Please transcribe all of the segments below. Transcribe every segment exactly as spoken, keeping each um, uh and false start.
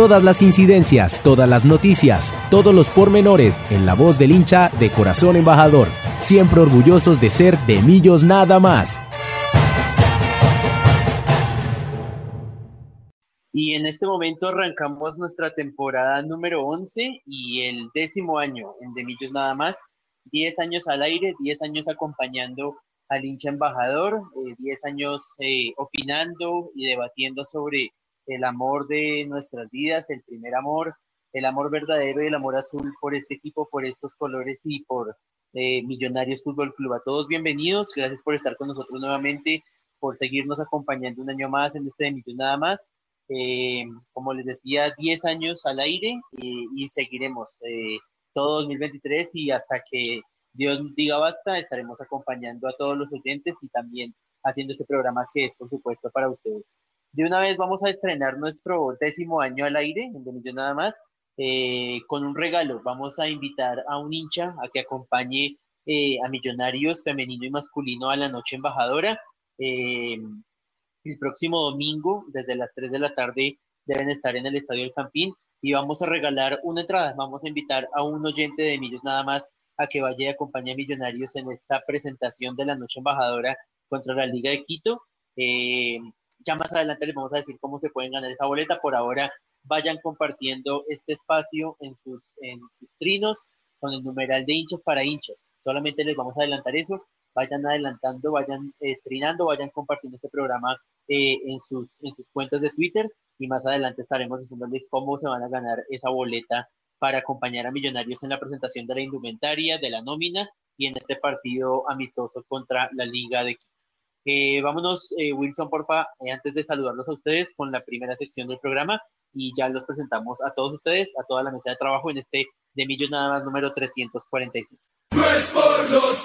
Todas las incidencias, todas las noticias, todos los pormenores en la voz del hincha de corazón embajador. Siempre orgullosos de ser de Millos nada más. Y en este momento arrancamos nuestra temporada número once y el décimo año en De Millos nada más. diez años al aire, diez años acompañando al hincha embajador, eh, diez años eh, opinando y debatiendo sobre el amor de nuestras vidas, el primer amor, el amor verdadero y el amor azul por este equipo, por estos colores y por eh, Millonarios Fútbol Club. A todos bienvenidos, gracias por estar con nosotros nuevamente, por seguirnos acompañando un año más en este De Millos nada más. Eh, como les decía, diez años al aire eh, y seguiremos eh, todo dos mil veintitrés y hasta que Dios diga basta, estaremos acompañando a todos los oyentes y también haciendo este programa que es, por supuesto, para ustedes. De una vez vamos a estrenar nuestro décimo año al aire, en De Millos nada más, eh, con un regalo. Vamos a invitar a un hincha a que acompañe eh, a Millonarios femenino y masculino a la noche embajadora. Eh, el próximo domingo, desde las tres de la tarde, deben estar en el Estadio El Campín y vamos a regalar una entrada. Vamos a invitar a un oyente de Millos nada más a que vaya y acompañe a Millonarios en esta presentación de la noche embajadora contra la Liga de Quito. Eh, ya más adelante les vamos a decir cómo se pueden ganar esa boleta. Por ahora, vayan compartiendo este espacio en sus, en sus trinos con el numeral de hinchas para hinchas. Solamente les vamos a adelantar eso. Vayan adelantando, vayan eh, trinando, vayan compartiendo este programa eh, en, sus, en sus cuentas de Twitter y más adelante estaremos diciéndoles cómo se van a ganar esa boleta para acompañar a Millonarios en la presentación de la indumentaria, de la nómina y en este partido amistoso contra la Liga de Quito. Eh, vámonos, eh, Wilson, porfa, eh, antes de saludarlos a ustedes con la primera sección del programa y ya los presentamos a todos ustedes, a toda la mesa de trabajo en este De Millos nada más número trescientos cuarenta y seis. No es por los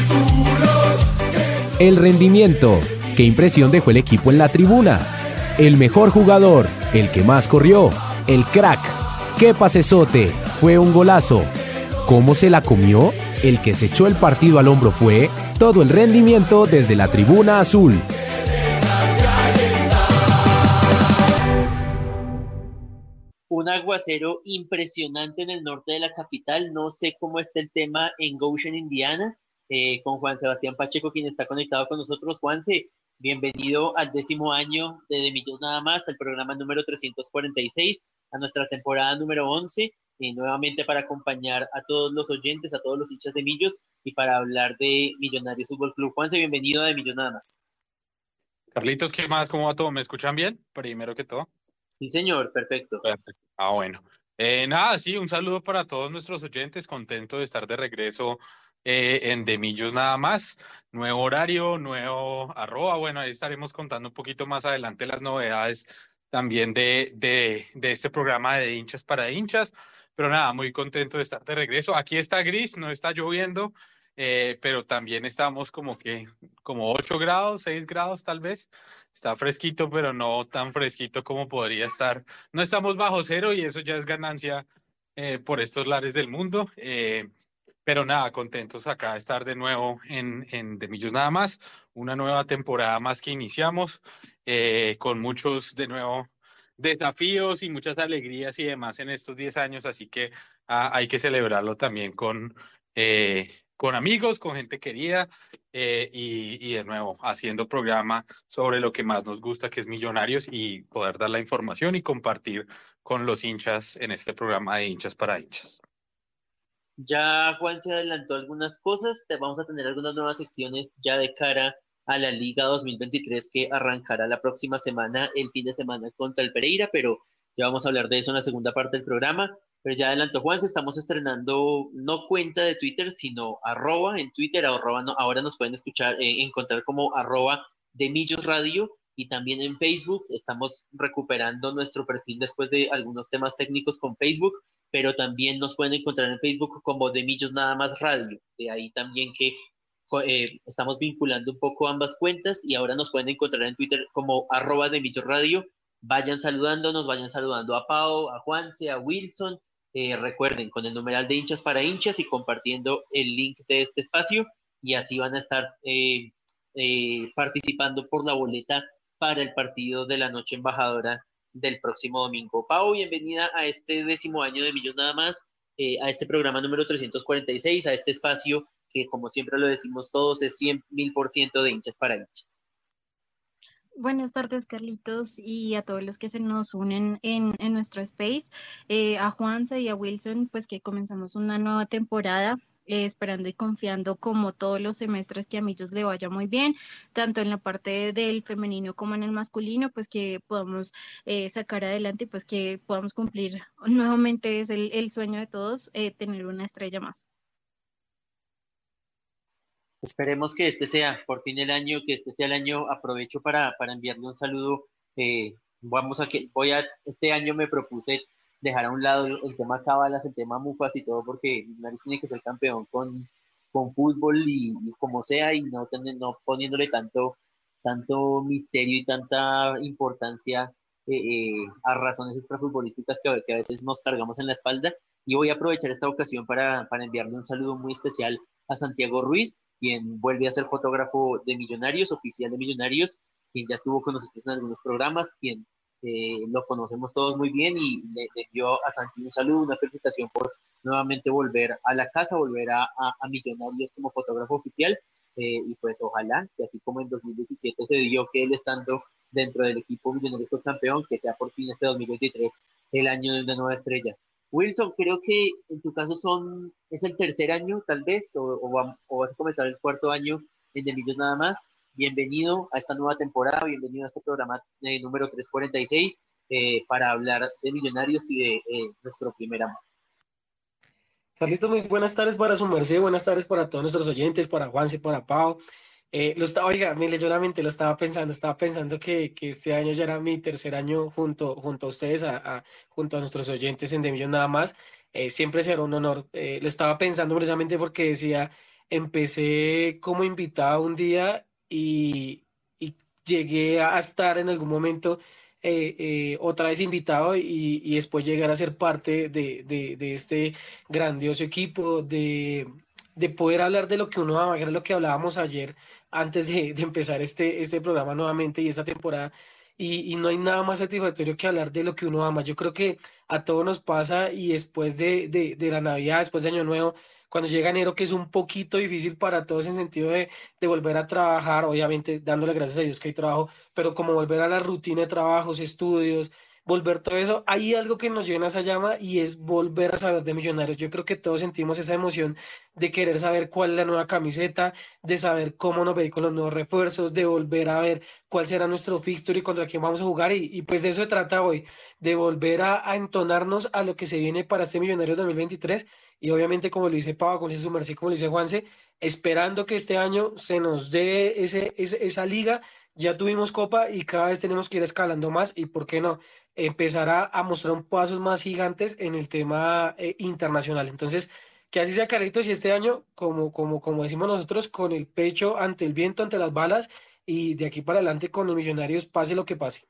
títulos que... El rendimiento. ¿Qué impresión dejó el equipo en la tribuna? El mejor jugador, el que más corrió, el crack. ¡Qué pasesote! Fue un golazo. ¿Cómo se la comió? El que se echó el partido al hombro fue todo el rendimiento desde la tribuna azul. Un aguacero impresionante en el norte de la capital. No sé cómo está el tema en Goshen, Indiana, eh, con Juan Sebastián Pacheco, quien está conectado con nosotros. Juanse, bienvenido al décimo año de De Millos nada más, al programa número trescientos cuarenta y seis, a nuestra temporada número once, y nuevamente para acompañar a todos los oyentes, a todos los hinchas de Millos y para hablar de Millonarios Fútbol Club. Juanse, bienvenido a De Millos nada más. Carlitos, ¿qué más? ¿Cómo va todo? ¿Me escuchan bien? Primero que todo. Sí, señor, perfecto. Perfecto. Ah, bueno. Eh, nada, sí, un saludo para todos nuestros oyentes. Contento de estar de regreso eh, en De Millos nada más. Nuevo horario, nuevo arroba. Bueno, ahí estaremos contando un poquito más adelante las novedades también de, de, de este programa de hinchas para hinchas. Pero nada, muy contento de estar de regreso. Aquí está gris, no está lloviendo, eh, pero también estamos como que, como ocho grados, seis grados tal vez. Está fresquito, pero no tan fresquito como podría estar. No estamos bajo cero y eso ya es ganancia eh, por estos lares del mundo. Eh, pero nada, contentos acá de estar de nuevo en, en De Millos nada más. Una nueva temporada más que iniciamos, eh, con muchos de nuevo desafíos y muchas alegrías y demás en estos diez años. Así que ah, hay que celebrarlo también con, eh, con amigos, con gente querida. Eh, y, y de nuevo, haciendo programa sobre lo que más nos gusta, que es Millonarios, y poder dar la información y compartir con los hinchas en este programa de hinchas para hinchas. Ya Juan se adelantó algunas cosas, te vamos a tener algunas nuevas secciones ya de cara a la Liga dos mil veintitrés que arrancará la próxima semana, el fin de semana contra el Pereira, pero ya vamos a hablar de eso en la segunda parte del programa. Pero ya adelantó Juan, estamos estrenando no cuenta de Twitter, sino arroba en Twitter, arroba no, ahora nos pueden escuchar, eh, encontrar como arroba de Millos Radio, y también en Facebook. Estamos recuperando nuestro perfil después de algunos temas técnicos con Facebook, pero también nos pueden encontrar en Facebook como De Millos nada más Radio. De ahí también que eh, estamos vinculando un poco ambas cuentas y ahora nos pueden encontrar en Twitter como arroba De Millos Radio. Vayan saludándonos, vayan saludando a Pau, a Juanse, a Wilson. Eh, recuerden, con el numeral de hinchas para hinchas y compartiendo el link de este espacio, y así van a estar eh, eh, participando por la boleta para el partido de la noche embajadora del próximo domingo. Pau, bienvenida a este décimo año de Millos Nada Más, eh, a este programa número trescientos cuarenta y seis, a este espacio que, como siempre lo decimos todos, es cien mil por ciento de hinchas para hinchas. Buenas tardes, Carlitos, y a todos los que se nos unen en, en nuestro space, eh, a Juanse y a Wilson, pues que comenzamos una nueva temporada, eh, esperando y confiando como todos los semestres que a Millos le vaya muy bien, tanto en la parte del femenino como en el masculino, pues que podamos eh, sacar adelante y pues que podamos cumplir nuevamente es el, el sueño de todos, eh, tener una estrella más. Esperemos que este sea por fin el año, que este sea el año. Aprovecho para, para enviarle un saludo. Eh, vamos a que, voy a, este año me propuse dejar a un lado el, el tema cábalas, el tema mufas y todo, porque Millonarios tiene que ser campeón con, con fútbol y, y como sea, y no, ten- no poniéndole tanto, tanto misterio y tanta importancia eh, eh, a razones extrafutbolísticas que, a- que a veces nos cargamos en la espalda. Y voy a aprovechar esta ocasión para, para enviarle un saludo muy especial a Santiago Ruiz, quien vuelve a ser fotógrafo de Millonarios, oficial de Millonarios, quien ya estuvo con nosotros en algunos programas, quien eh, lo conocemos todos muy bien y le, le envió a Santi un saludo, una felicitación por nuevamente volver a la casa, volver a, a, a Millonarios como fotógrafo oficial. Eh, y pues ojalá que así como en dos mil diecisiete se dio que él estando dentro del equipo Millonarios fue campeón, que sea por fin este dos mil veintitrés el año de una nueva estrella. Wilson, creo que en tu caso son, es el tercer año tal vez, o, o, va- o vas a comenzar el cuarto año en De Millos Nada Más. Bienvenido a esta nueva temporada, bienvenido a este programa eh, número trescientos cuarenta y seis eh, para hablar de Millonarios y de eh, nuestro primer amor. Carlito, muy buenas tardes para su merced, buenas tardes para todos nuestros oyentes, para Juanse, para Pau. Eh, lo estaba, oiga, me leyó la mente, lo estaba pensando, estaba pensando que, que este año ya era mi tercer año junto, junto a ustedes, a, a- junto a nuestros oyentes en De Millón Nada Más. Eh, siempre será un honor. Eh, lo estaba pensando precisamente porque decía, empecé como invitado un día y, y llegué a estar en algún momento eh, eh, otra vez invitado y, y después llegar a ser parte de, de de este grandioso equipo, de, de poder hablar de lo que uno ama, que era lo que hablábamos ayer antes de, de empezar este, este programa nuevamente y esta temporada. Y, y no hay nada más satisfactorio que hablar de lo que uno ama. Yo creo que a todos nos pasa y después de, de, de la Navidad, después de Año Nuevo, cuando llega enero, que es un poquito difícil para todos en sentido de, de volver a trabajar, obviamente dándole gracias a Dios que hay trabajo, pero como volver a la rutina de trabajos, estudios, volver todo eso, hay algo que nos llena esa llama y es volver a saber de Millonarios. Yo creo que todos sentimos esa emoción de querer saber cuál es la nueva camiseta, de saber cómo nos ve con los nuevos refuerzos, de volver a ver cuál será nuestro fixture y contra quién vamos a jugar. Y, y pues de eso se trata hoy, de volver a, a entonarnos a lo que se viene para este Millonarios dos mil veintitrés. Y obviamente, como lo dice Pau, como lo dice su merced, como lo dice Juanse, esperando que este año se nos dé ese, ese- esa liga. Ya tuvimos copa y cada vez tenemos que ir escalando más y, ¿por qué no?, empezar a, a mostrar pasos más gigantes en el tema eh, internacional. Entonces, que así sea, Carlitos, y este año, como, como, como decimos nosotros, con el pecho ante el viento, ante las balas, y de aquí para adelante con los Millonarios, pase lo que pase.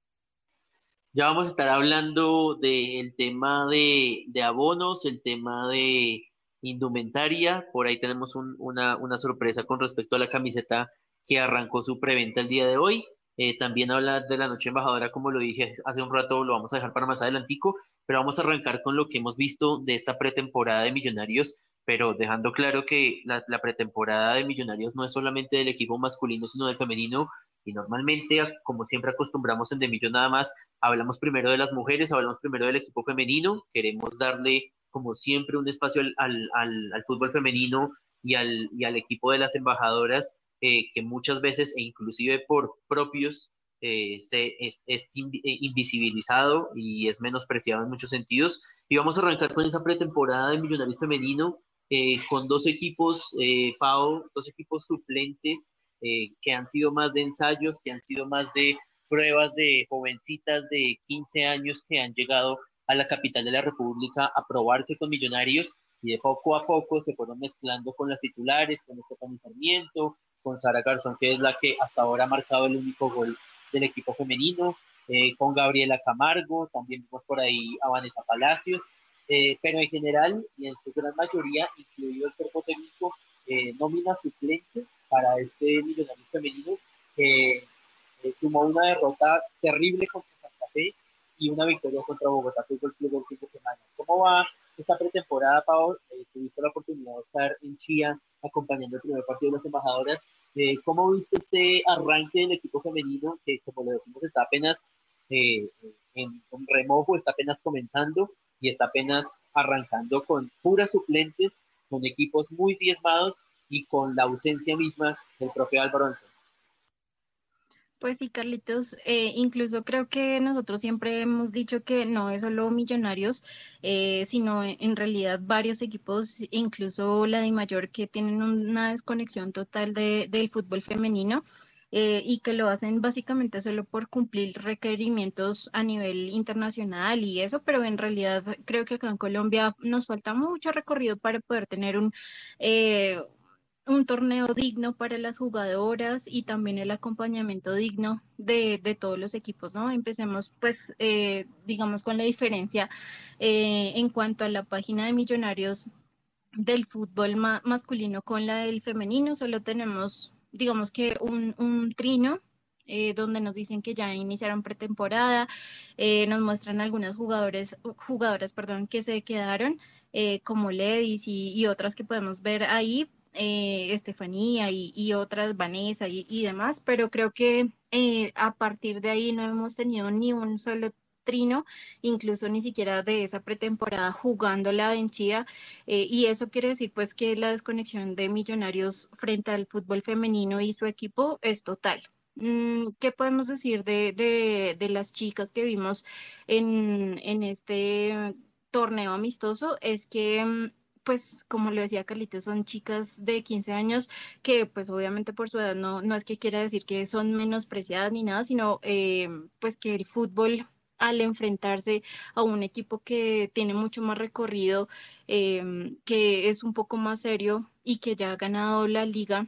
Ya vamos a estar hablando del tema de, de abonos, el tema de indumentaria. Por ahí tenemos un- una, una sorpresa con respecto a la camiseta que arrancó su preventa el día de hoy. Eh, también hablar de la noche embajadora, como lo dije hace un rato, lo vamos a dejar para más adelantico, pero vamos a arrancar con lo que hemos visto de esta pretemporada de Millonarios, pero dejando claro que la, la pretemporada de Millonarios no es solamente del equipo masculino, sino del femenino, y normalmente, como siempre acostumbramos en De Millo Nada Más, hablamos primero de las mujeres, hablamos primero del equipo femenino, queremos darle, como siempre, un espacio al, al, al, al fútbol femenino y al, y al equipo de las embajadoras, eh, que muchas veces, e inclusive por propios, eh, se, es, es in, eh, invisibilizado y es menospreciado en muchos sentidos. Y vamos a arrancar con esa pretemporada de Millonarios Femenino, eh, con dos equipos, eh, Pau, dos equipos suplentes, eh, que han sido más de ensayos, que han sido más de pruebas de jovencitas de quince años que han llegado a la capital de la República a probarse con Millonarios, y de poco a poco se fueron mezclando con las titulares, con Estefany Sarmiento, con Sara Garzón, que es la que hasta ahora ha marcado el único gol del equipo femenino, eh, con Gabriela Camargo, también vimos por ahí a Vanessa Palacios, eh, pero en general y en su gran mayoría, incluido el cuerpo técnico, eh, nómina suplente para este Millonarios femenino, que eh, sumó una derrota terrible contra Santa Fe, y una victoria contra Bogotá Fútbol Club el fin de semana. ¿Cómo va esta pretemporada, Pau? Eh, tuviste la oportunidad de estar en Chía acompañando el primer partido de las embajadoras. Eh, ¿Cómo viste este arranque del equipo femenino que, como lo decimos, está apenas eh, en, en remojo, está apenas comenzando y está apenas arrancando con puras suplentes, con equipos muy diezmados y con la ausencia misma del propio Álvaro Anselmo? Pues sí, Carlitos, eh, incluso creo que nosotros siempre hemos dicho que no es solo Millonarios, eh, sino en, en realidad varios equipos, incluso la de Mayor, que tienen una desconexión total de, del fútbol femenino. Eh, y que lo hacen básicamente solo por cumplir requerimientos a nivel internacional y eso, pero en realidad creo que acá en Colombia nos falta mucho recorrido para poder tener un, eh, un torneo digno para las jugadoras y también el acompañamiento digno de, de todos los equipos, ¿no? Empecemos pues, eh, digamos, con la diferencia eh, en cuanto a la página de Millonarios del fútbol ma masculino con la del femenino. Solo tenemos, digamos que un, un trino. Eh, donde nos dicen que ya iniciaron pretemporada, eh, nos muestran algunas jugadores, jugadoras perdón, que se quedaron, eh, como Ledis y, y otras que podemos ver ahí, eh, Estefanía y, y otras, Vanessa y, y demás, pero creo que eh, a partir de ahí no hemos tenido ni un solo trino, incluso ni siquiera de esa pretemporada jugándola en Chía, eh, y eso quiere decir pues que la desconexión de Millonarios frente al fútbol femenino y su equipo es total. Mm, ¿Qué podemos decir de, de, de las chicas que vimos en, en este torneo amistoso? Es que, mm, pues, como lo decía Carlitos, son chicas de quince años que, pues, obviamente por su edad no, no es que quiera decir que son menospreciadas ni nada, sino eh, pues que el fútbol al enfrentarse a un equipo que tiene mucho más recorrido, eh, que es un poco más serio y que ya ha ganado la liga,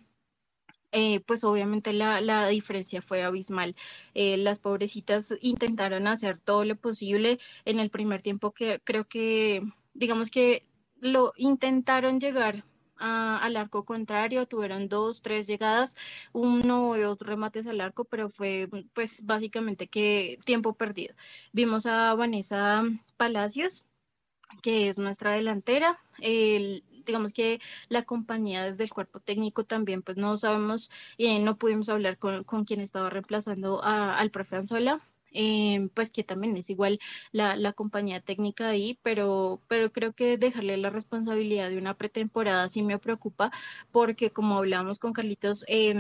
eh, pues obviamente la, la diferencia fue abismal. Eh, las pobrecitas intentaron hacer todo lo posible en el primer tiempo, que creo que, digamos que lo intentaron llegar a- al arco contrario, tuvieron dos, tres llegadas, uno o dos remates al arco, pero fue pues básicamente que tiempo perdido. Vimos a Vanessa Palacios, que es nuestra delantera. El, digamos que la compañía desde el cuerpo técnico también, pues no sabemos, eh, no pudimos hablar con, con quien estaba reemplazando a- al profe Anzola. Eh, pues que también es igual la, la compañía técnica ahí, pero, pero creo que dejarle la responsabilidad de una pretemporada sí me preocupa, porque como hablábamos con Carlitos, em,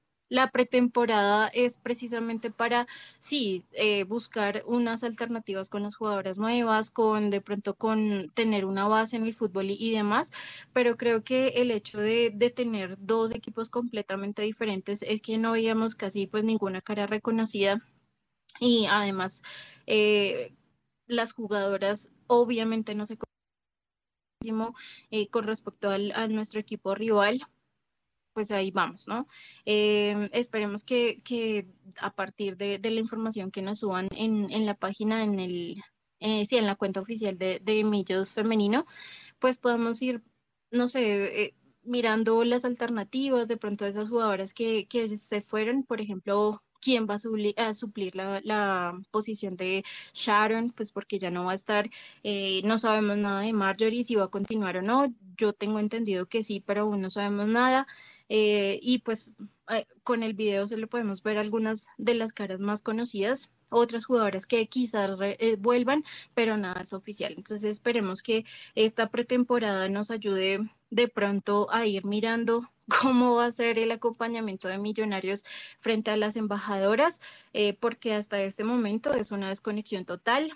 la pretemporada es precisamente para, sí, eh, buscar unas alternativas con las jugadoras nuevas, con de pronto con tener una base en el fútbol y, y demás, pero creo que el hecho de, de tener dos equipos completamente diferentes es que no veíamos casi pues ninguna cara reconocida y además eh, las jugadoras obviamente no se conocen, eh, con respecto al, a nuestro equipo rival, pues ahí vamos, ¿no? Eh, esperemos que, que a partir de, de la información que nos suban en, en la página, en el, eh, sí, en la cuenta oficial de, de Millos Femenino, pues podamos ir, no sé, eh, mirando las alternativas, de pronto de esas jugadoras que, que se fueron, por ejemplo, quién va a, supli- a suplir la, la posición de Sharon, pues porque ya no va a estar, eh, no sabemos nada de Marjorie, si va a continuar o no, yo tengo entendido que sí, pero aún no sabemos nada. Eh, y pues eh, con el video solo podemos ver algunas de las caras más conocidas, otras jugadoras que quizás re- eh, vuelvan, pero nada es oficial. Entonces esperemos que esta pretemporada nos ayude de pronto a ir mirando cómo va a ser el acompañamiento de Millonarios frente a las embajadoras, eh, porque hasta este momento es una desconexión total.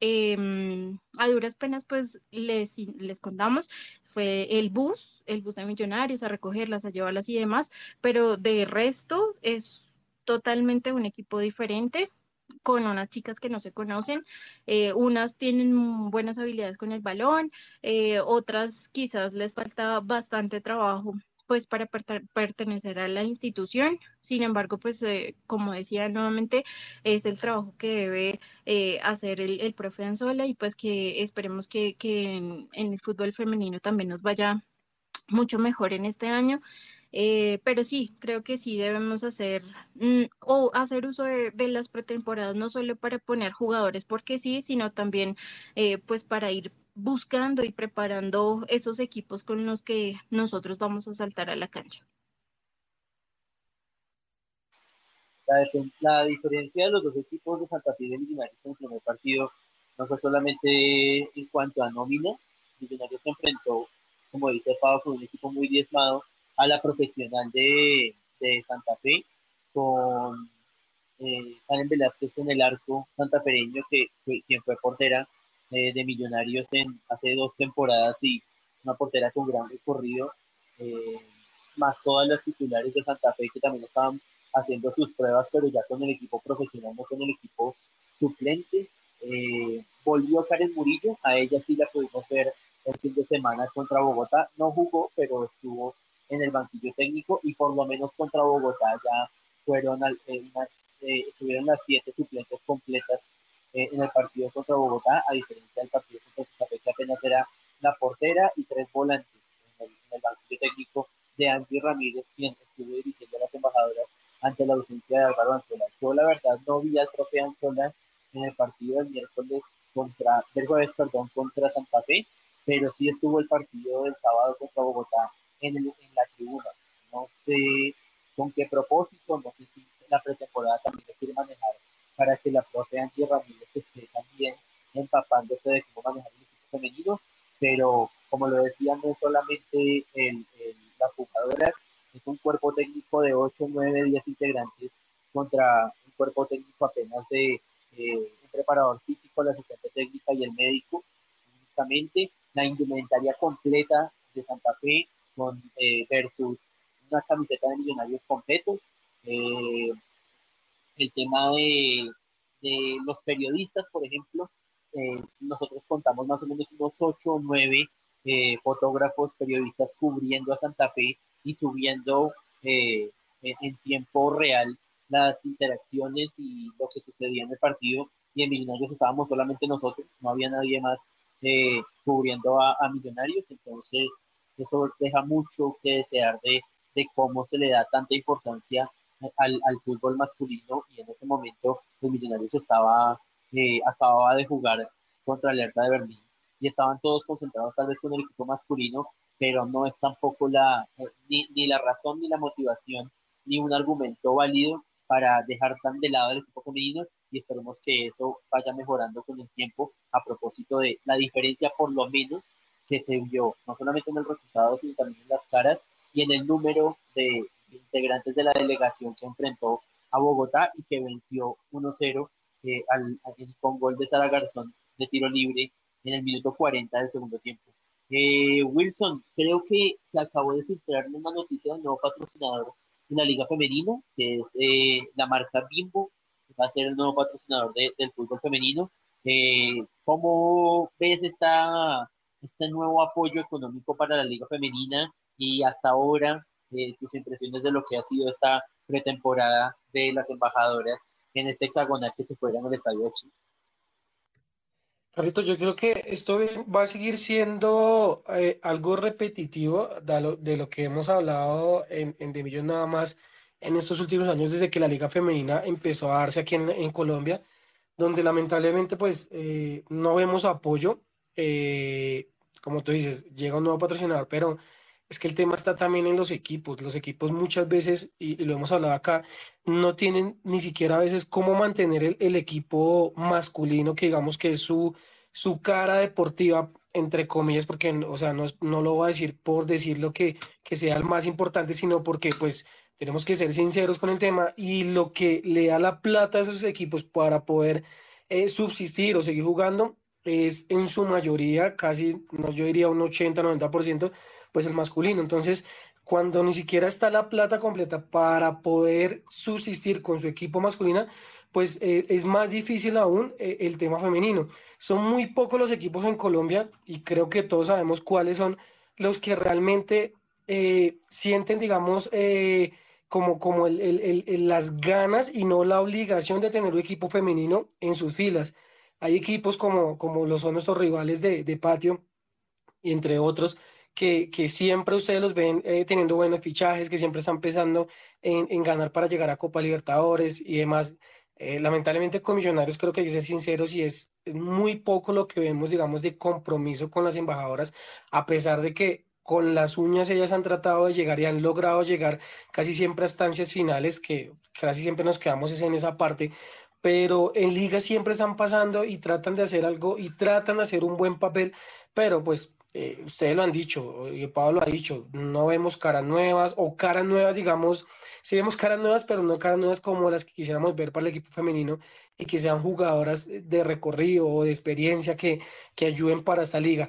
Em, a duras penas, pues les, les contamos, fue el bus, el bus de Millonarios a recogerlas, a llevarlas y demás, pero de resto es totalmente un equipo diferente, con unas chicas que no se conocen, eh, unas tienen buenas habilidades con el balón, eh, otras quizás les falta bastante trabajo pues para perta- pertenecer a la institución. Sin embargo, pues eh, como decía nuevamente, es el trabajo que debe eh, hacer el, el profe Anzola, y pues que esperemos que, que en, en el fútbol femenino también nos vaya mucho mejor en este año. Eh, pero sí, creo que sí debemos hacer mm, o hacer uso de, de las pretemporadas, no solo para poner jugadores porque sí, sino también eh, pues para ir buscando y preparando esos equipos con los que nosotros vamos a saltar a la cancha. La, defen- la diferencia de los dos equipos de Santa Fe y de Millonarios en el primer partido no fue solamente en cuanto a nómina. Millonarios se enfrentó, como dice Pablo, con un equipo muy diezmado a la profesional de, de Santa Fe, con eh, Karen Velázquez en el arco santafereño, que, que quien fue portera eh, de Millonarios en hace dos temporadas y una portera con gran recorrido, eh, más todas las titulares de Santa Fe que también estaban haciendo sus pruebas, pero ya con el equipo profesional, no con el equipo suplente. Eh, volvió Karen Murillo, a ella sí la pudimos ver el fin de semana contra Bogotá, no jugó, pero estuvo en el banquillo técnico y por lo menos contra Bogotá ya fueron al, eh, unas, eh, estuvieron las siete suplentes completas eh, en el partido contra Bogotá, a diferencia del partido contra Santa Fe, que apenas era la portera y tres volantes en el, en el banquillo técnico de Angie Ramírez, quien estuvo dirigiendo a las embajadoras ante la ausencia de Álvaro Anzola. Yo la verdad no vi al profe Anzola en el partido del miércoles contra, del jueves, perdón, contra Santa Fe, pero sí estuvo el partido del sábado contra Bogotá en, el, en la tribuna. No sé con qué propósito, no sé si la pretemporada también se quiere manejar para que la profe Angie Ramírez esté también empapándose de cómo manejar el equipo femenino, pero como lo decía, no es solamente el, el, las jugadoras, es un cuerpo técnico de ocho, nueve, diez integrantes contra un cuerpo técnico apenas de eh, un preparador físico, la asistente técnica y el médico. Únicamente la indumentaria completa de Santa Fe con, eh, versus una camiseta de Millonarios completos. Eh, el tema de, de, los periodistas, por ejemplo, eh, nosotros contamos más o menos unos ocho o nueve eh, fotógrafos, periodistas cubriendo a Santa Fe y subiendo eh, en, en, tiempo real las interacciones y lo que sucedía en el partido. Y en Millonarios estábamos solamente nosotros, no había nadie más eh, cubriendo a, a, Millonarios, entonces eso deja mucho que desear de, de cómo se le da tanta importancia al, al, fútbol masculino y en ese momento los Millonarios estaba, eh, acababa de jugar contra el Hertha de Berlín y estaban todos concentrados tal vez con el equipo masculino, pero no es tampoco la, eh, ni, ni la razón ni la motivación ni un argumento válido para dejar tan de lado el equipo femenino y esperemos que eso vaya mejorando con el tiempo a propósito de la diferencia por lo menos que se vio no solamente en el resultado sino también en las caras y en el número de integrantes de la delegación que enfrentó a Bogotá y que venció uno cero eh, al, al, con gol de Sara Garzón de tiro libre en el minuto cuarenta del segundo tiempo. Eh, Wilson, creo que se acabó de filtrar una noticia de un nuevo patrocinador de la Liga Femenina, que es eh, la marca Bimbo, que va a ser el nuevo patrocinador de, del fútbol femenino. Eh, ¿Cómo ves esta, este nuevo apoyo económico para la Liga Femenina y hasta ahora eh, tus impresiones de lo que ha sido esta pretemporada de las embajadoras en este hexagonal que se juega en el Estadio de Chile? Carlito, yo creo que esto va a seguir siendo eh, algo repetitivo de lo, de lo que hemos hablado en, en De Millos nada más en estos últimos años desde que la Liga Femenina empezó a darse aquí en, en Colombia, donde lamentablemente pues eh, no vemos apoyo. eh, Como tú dices, llega un nuevo patrocinador, pero es que el tema está también en los equipos. Los equipos muchas veces, y, y lo hemos hablado acá, no tienen ni siquiera a veces cómo mantener el, el equipo masculino, que digamos que es su, su cara deportiva, entre comillas, porque, o sea, no, no lo voy a decir por decirlo que, que sea el más importante, sino porque pues tenemos que ser sinceros con el tema y lo que le da la plata a esos equipos para poder eh, subsistir o seguir jugando es en su mayoría, casi, no, yo diría un ochenta noventa por ciento pues el masculino. Entonces, cuando ni siquiera está la plata completa para poder subsistir con su equipo masculina, pues eh, es más difícil aún eh, el tema femenino. Son muy pocos los equipos en Colombia y creo que todos sabemos cuáles son los que realmente eh, sienten, digamos, eh, como, como el, el, el, el, las ganas y no la obligación de tener un equipo femenino en sus filas. Hay equipos como, como lo son nuestros rivales de, de patio, y entre otros, que, que siempre ustedes los ven eh, teniendo buenos fichajes, que siempre están pensando en, en ganar para llegar a Copa Libertadores y demás. Eh, lamentablemente con Millonarios creo que hay que ser sinceros y es muy poco lo que vemos, digamos, de compromiso con las embajadoras, a pesar de que con las uñas ellas han tratado de llegar y han logrado llegar casi siempre a estancias finales, que casi siempre nos quedamos es en esa parte, pero en liga siempre están pasando y tratan de hacer algo y tratan de hacer un buen papel, pero pues eh, ustedes lo han dicho, y Pablo lo ha dicho, no vemos caras nuevas o caras nuevas, digamos, sí vemos caras nuevas, pero no caras nuevas como las que quisiéramos ver para el equipo femenino y que sean jugadoras de recorrido o de experiencia que, que ayuden para esta liga.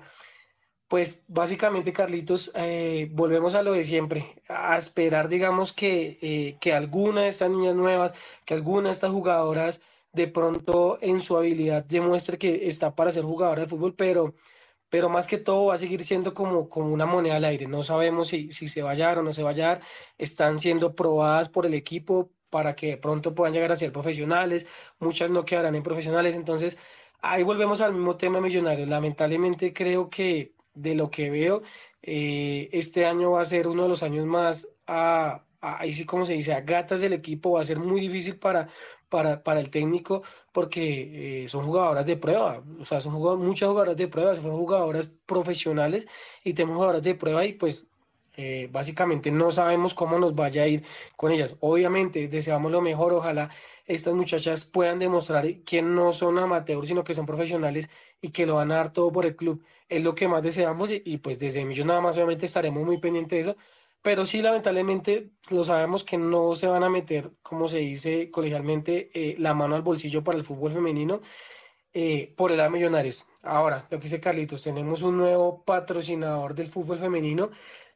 Pues básicamente, Carlitos, eh, volvemos a lo de siempre, a esperar, digamos, que, eh, que alguna de estas niñas nuevas, que alguna de estas jugadoras de pronto en su habilidad demuestre que está para ser jugadora de fútbol, pero, pero más que todo va a seguir siendo como, como una moneda al aire. No sabemos si, si se va a hallar o no se va a hallar. Están siendo probadas por el equipo para que de pronto puedan llegar a ser profesionales. Muchas no quedarán en profesionales. Entonces, ahí volvemos al mismo tema millonario. Lamentablemente creo que de lo que veo, eh, este año va a ser uno de los años más, a, a- ahí sí como se dice, a gatas del equipo. Va a ser muy difícil para, para, para el técnico porque eh, son jugadoras de prueba, o sea, son jugado- muchas jugadoras de prueba, son jugadoras profesionales y tenemos jugadoras de prueba y pues eh, básicamente no sabemos cómo nos vaya a ir con ellas. Obviamente deseamos lo mejor, ojalá estas muchachas puedan demostrar que no son amateurs, sino que son profesionales y que lo van a dar todo por el club. Es lo que más deseamos y, y, pues desde Millos nada más obviamente estaremos muy pendientes de eso. Pero sí, lamentablemente, lo sabemos que no se van a meter, como se dice colegialmente, eh, la mano al bolsillo para el fútbol femenino eh, por el lado de Millonarios. Ahora, lo que dice Carlitos, tenemos un nuevo patrocinador del fútbol femenino.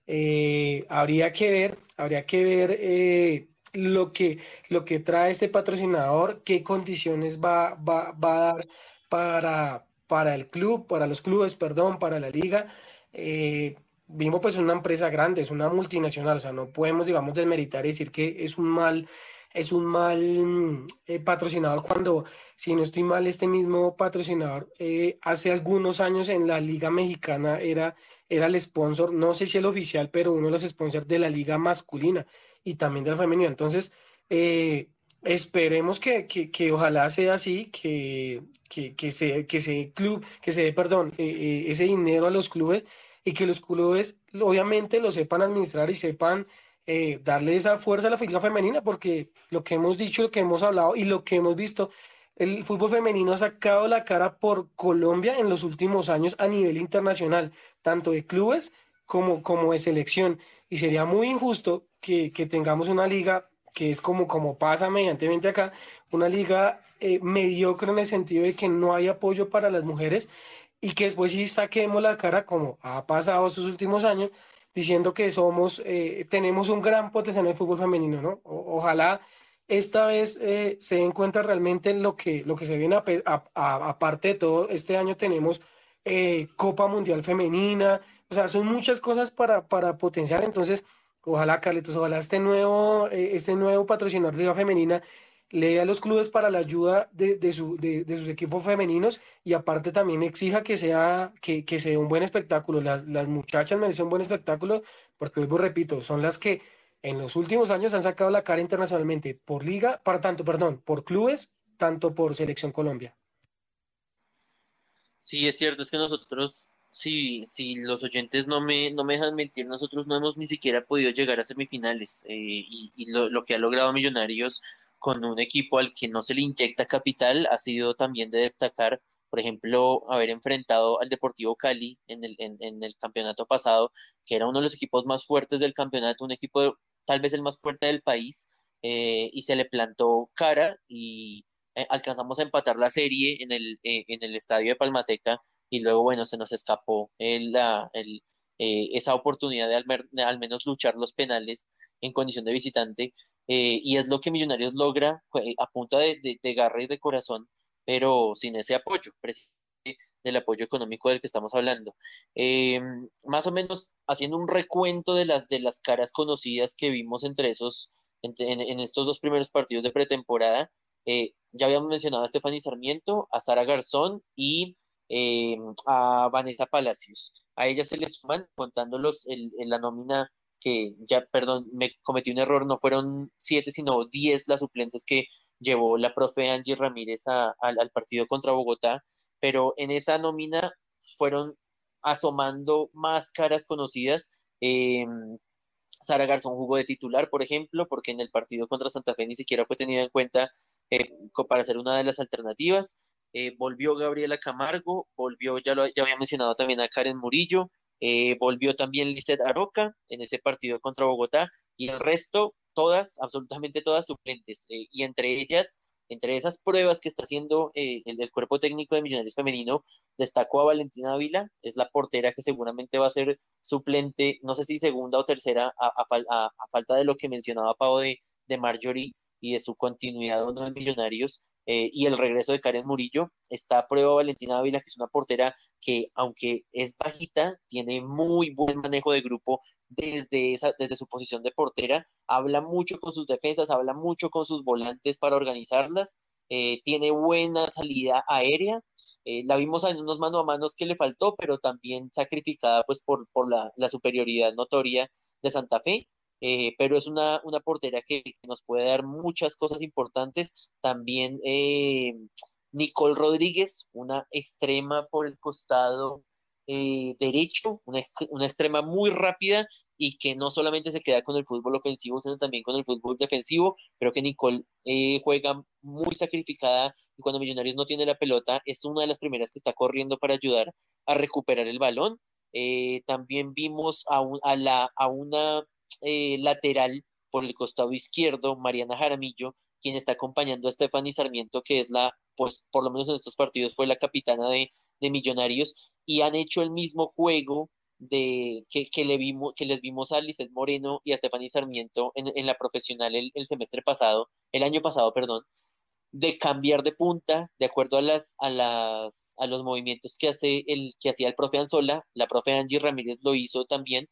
Eh, habría que ver, habría que ver eh, lo que, lo que trae este patrocinador, qué condiciones va, va, va a dar para, para el club, para los clubes, perdón, para la liga. Eh, Vimos pues una empresa grande, es una multinacional, o sea, no podemos, digamos, desmeritar y decir que es un mal, es un mal mm, eh, patrocinador cuando, si no estoy mal, este mismo patrocinador eh, hace algunos años en la Liga Mexicana era, era el sponsor, no sé si el oficial, pero uno de los sponsors de la Liga masculina y también de la femenina. Entonces, eh, esperemos que, que, que ojalá sea así, que, que, que se, que se club, que se dé, perdón, eh, eh, ese dinero a los clubes y que los clubes obviamente lo sepan administrar y sepan eh, darle esa fuerza a la liga femenina, porque lo que hemos dicho, lo que hemos hablado y lo que hemos visto, el fútbol femenino ha sacado la cara por Colombia en los últimos años a nivel internacional, tanto de clubes como, como de selección. Y sería muy injusto que, que tengamos una liga que es como, como pasa mediantemente acá, una liga eh, mediocre en el sentido de que no hay apoyo para las mujeres y que después sí saquemos la cara como ha pasado estos últimos años diciendo que somos, eh, tenemos un gran potencial en el fútbol femenino, ¿no? O- ojalá esta vez eh, se den cuenta realmente lo que, lo que se viene, a pe- a- a- aparte de todo, este año tenemos eh, Copa Mundial Femenina, o sea, son muchas cosas para, para potenciar, entonces, ojalá, Carlitos, ojalá este nuevo, eh, este nuevo patrocinador de Liga Femenina le dé a los clubes para la ayuda de, de, su, de, de sus equipos femeninos y aparte también exija que sea, que, que se dé un buen espectáculo. Las, las muchachas merecen un buen espectáculo porque, vuelvo, repito, son las que en los últimos años han sacado la cara internacionalmente por liga, para tanto, perdón, por clubes, tanto por Selección Colombia. Sí, es cierto, es que nosotros, si, si los oyentes no me, no me dejan mentir, nosotros no hemos ni siquiera podido llegar a semifinales eh, y, y lo, lo que ha logrado Millonarios con un equipo al que no se le inyecta capital ha sido también de destacar, por ejemplo, haber enfrentado al Deportivo Cali en el, en, en el campeonato pasado, que era uno de los equipos más fuertes del campeonato, un equipo tal vez el más fuerte del país, eh, y se le plantó cara y eh, alcanzamos a empatar la serie en el, eh, en el estadio de Palmaseca y luego, bueno, se nos escapó el, la- el, eh, esa oportunidad de al, mer- de al menos luchar los penales en condición de visitante eh, y es lo que Millonarios logra eh, a punta de, de, de garra y de corazón, pero sin ese apoyo, precisamente del apoyo económico del que estamos hablando. Eh, Más o menos haciendo un recuento de las, de las caras conocidas que vimos entre esos, en, en en estos dos primeros partidos de pretemporada, eh, ya habíamos mencionado a Stephanie Sarmiento, a Sara Garzón y eh, a Vanessa Palacios. A ellas se les suman, contándolos el, el- la nómina que ya, perdón, me cometí un error, no fueron siete, sino diez las suplentes que llevó la profe Angie Ramírez a- al al partido contra Bogotá, pero en esa nómina fueron asomando más caras conocidas. eh, Sara Garzón jugó de titular, por ejemplo, porque en el partido contra Santa Fe ni siquiera fue tenida en cuenta eh, co- para ser una de las alternativas. Eh, volvió Gabriela Camargo, volvió, ya lo ya había mencionado también a Karen Murillo, eh, volvió también Lizeth Aroca en ese partido contra Bogotá, y el resto, todas, absolutamente todas suplentes. Eh, y entre ellas, entre esas pruebas que está haciendo eh, el, el cuerpo técnico de Millonarios Femenino, destacó a Valentina Ávila, es la portera que seguramente va a ser suplente, no sé si segunda o tercera, a, a, fal- a- a falta de lo que mencionaba Pau de, de Marjorie y de su continuidad o no en Millonarios, eh, y el regreso de Karen Murillo. Está a prueba Valentina Ávila, que es una portera que, aunque es bajita, tiene muy buen manejo de grupo desde, esa, desde su posición de portera, habla mucho con sus defensas, habla mucho con sus volantes para organizarlas, eh, tiene buena salida aérea. Eh, la vimos en unos mano a manos que le faltó, pero también sacrificada pues por, por la, la superioridad notoria de Santa Fe. Eh, pero es una, una portera que, que nos puede dar muchas cosas importantes. También eh, Nicole Rodríguez, una extrema por el costado eh, derecho, una, ex- una extrema muy rápida y que no solamente se queda con el fútbol ofensivo, sino también con el fútbol defensivo. Creo que Nicole eh, juega muy sacrificada, y cuando Millonarios no tiene la pelota, es una de las primeras que está corriendo para ayudar a recuperar el balón. Eh, también vimos a, un- a, la, a una eh, lateral por el costado izquierdo, Mariana Jaramillo, quien está acompañando a Stephanie Sarmiento, que es la, pues por lo menos en estos partidos fue la capitana de, de Millonarios, y han hecho el mismo juego de que, que, le vimos, que les vimos a Lizeth Moreno y a Stephanie Sarmiento en, en la profesional el, el semestre pasado, el año pasado, perdón, de cambiar de punta de acuerdo a las a las a los movimientos que hace el que hacía el profe Anzola. La profe Angie Ramírez lo hizo también,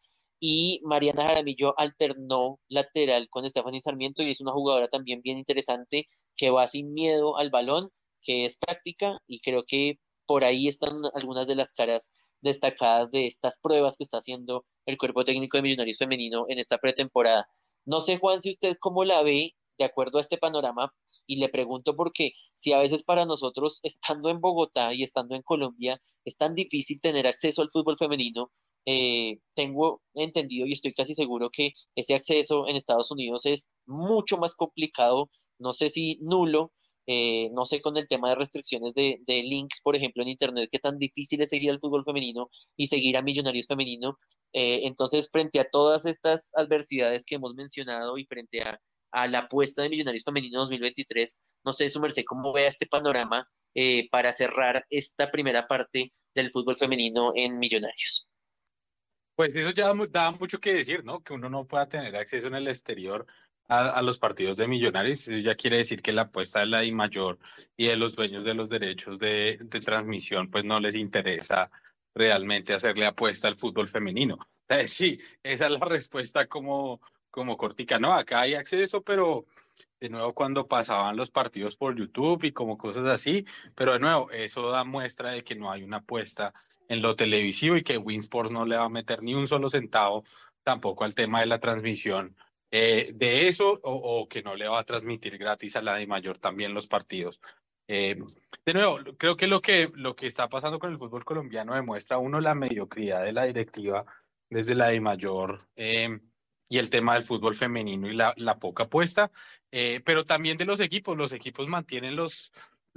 y Mariana Jaramillo alternó lateral con Stephanie Sarmiento, y es una jugadora también bien interesante, que va sin miedo al balón, que es práctica, y creo que por ahí están algunas de las caras destacadas de estas pruebas que está haciendo el cuerpo técnico de Millonarios Femenino en esta pretemporada. No sé, Juan, si usted cómo la ve de acuerdo a este panorama, y le pregunto porque si a veces para nosotros, estando en Bogotá y estando en Colombia, es tan difícil tener acceso al fútbol femenino, eh, tengo entendido y estoy casi seguro que ese acceso en Estados Unidos es mucho más complicado, no sé si nulo. Eh, no sé con el tema de restricciones de, de links, por ejemplo, en Internet, qué tan difícil es seguir al fútbol femenino y seguir a Millonarios Femenino. Eh, entonces, frente a todas estas adversidades que hemos mencionado y frente a a la apuesta de Millonarios Femenino dos mil veintitrés. No sé, su merced, cómo vea este panorama eh, para cerrar esta primera parte del fútbol femenino en Millonarios. Pues eso ya mu- da mucho que decir, ¿no? Que uno no pueda tener acceso en el exterior a, a los partidos de Millonarios. Eso ya quiere decir que la apuesta de la DIMAYOR y de los dueños de los derechos de, de transmisión, pues no les interesa realmente hacerle apuesta al fútbol femenino. Eh, sí, esa es la respuesta como, como cortica. No, acá hay acceso, pero de nuevo cuando pasaban los partidos por YouTube y como cosas así, pero de nuevo, eso da muestra de que no hay una apuesta en lo televisivo y que Winsport no le va a meter ni un solo centavo tampoco al tema de la transmisión eh, de eso, o, o que no le va a transmitir gratis a la de mayor también los partidos. Eh, de nuevo, creo que lo que lo que está pasando con el fútbol colombiano demuestra uno la mediocridad de la directiva desde la de mayor eh, y el tema del fútbol femenino y la, la poca apuesta, eh, pero también de los equipos. Los equipos mantienen los,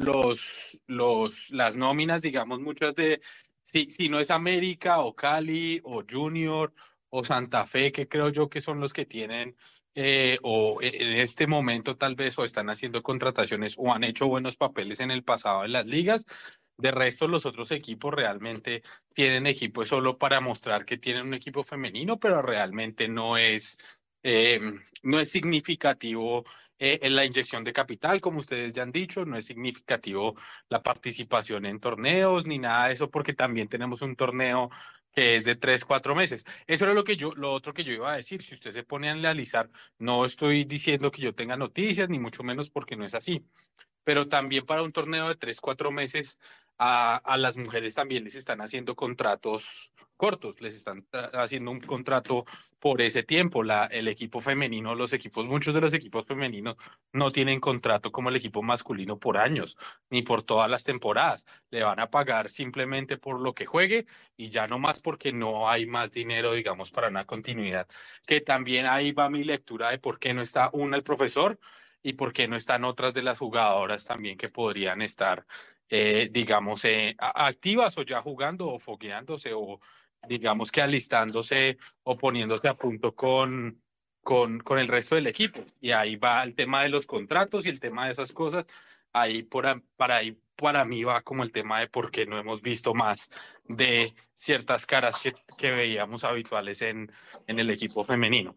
los, los, las nóminas, digamos, muchas de, si, si no es América o Cali o Junior o Santa Fe, que creo yo que son los que tienen, eh, o en este momento tal vez, o están haciendo contrataciones o han hecho buenos papeles en el pasado en las ligas. De resto, los otros equipos realmente tienen equipos solo para mostrar que tienen un equipo femenino, pero realmente no es, eh, no es significativo eh, en la inyección de capital, como ustedes ya han dicho, no es significativo la participación en torneos ni nada de eso, porque también tenemos un torneo que es de tres, cuatro meses. Eso era lo que yo, lo otro que yo iba a decir. Si usted se pone a analizar, no estoy diciendo que yo tenga noticias, ni mucho menos porque no es así, pero también para un torneo de tres, cuatro meses a, a las mujeres también les están haciendo contratos cortos, les están haciendo un contrato por ese tiempo. La, el equipo femenino, los equipos, muchos de los equipos femeninos no tienen contrato como el equipo masculino por años, ni por todas las temporadas. Le van a pagar simplemente por lo que juegue y ya no más porque no hay más dinero, digamos, para una continuidad. Que también ahí va mi lectura de por qué no está una el profesor y por qué no están otras de las jugadoras también que podrían estar, eh, digamos, eh, activas o ya jugando o fogueándose o digamos que alistándose o poniéndose a punto con, con, con el resto del equipo. Y ahí va el tema de los contratos y el tema de esas cosas. Ahí por, para ahí para mí va como el tema de por qué no hemos visto más de ciertas caras que, que veíamos habituales en, en el equipo femenino.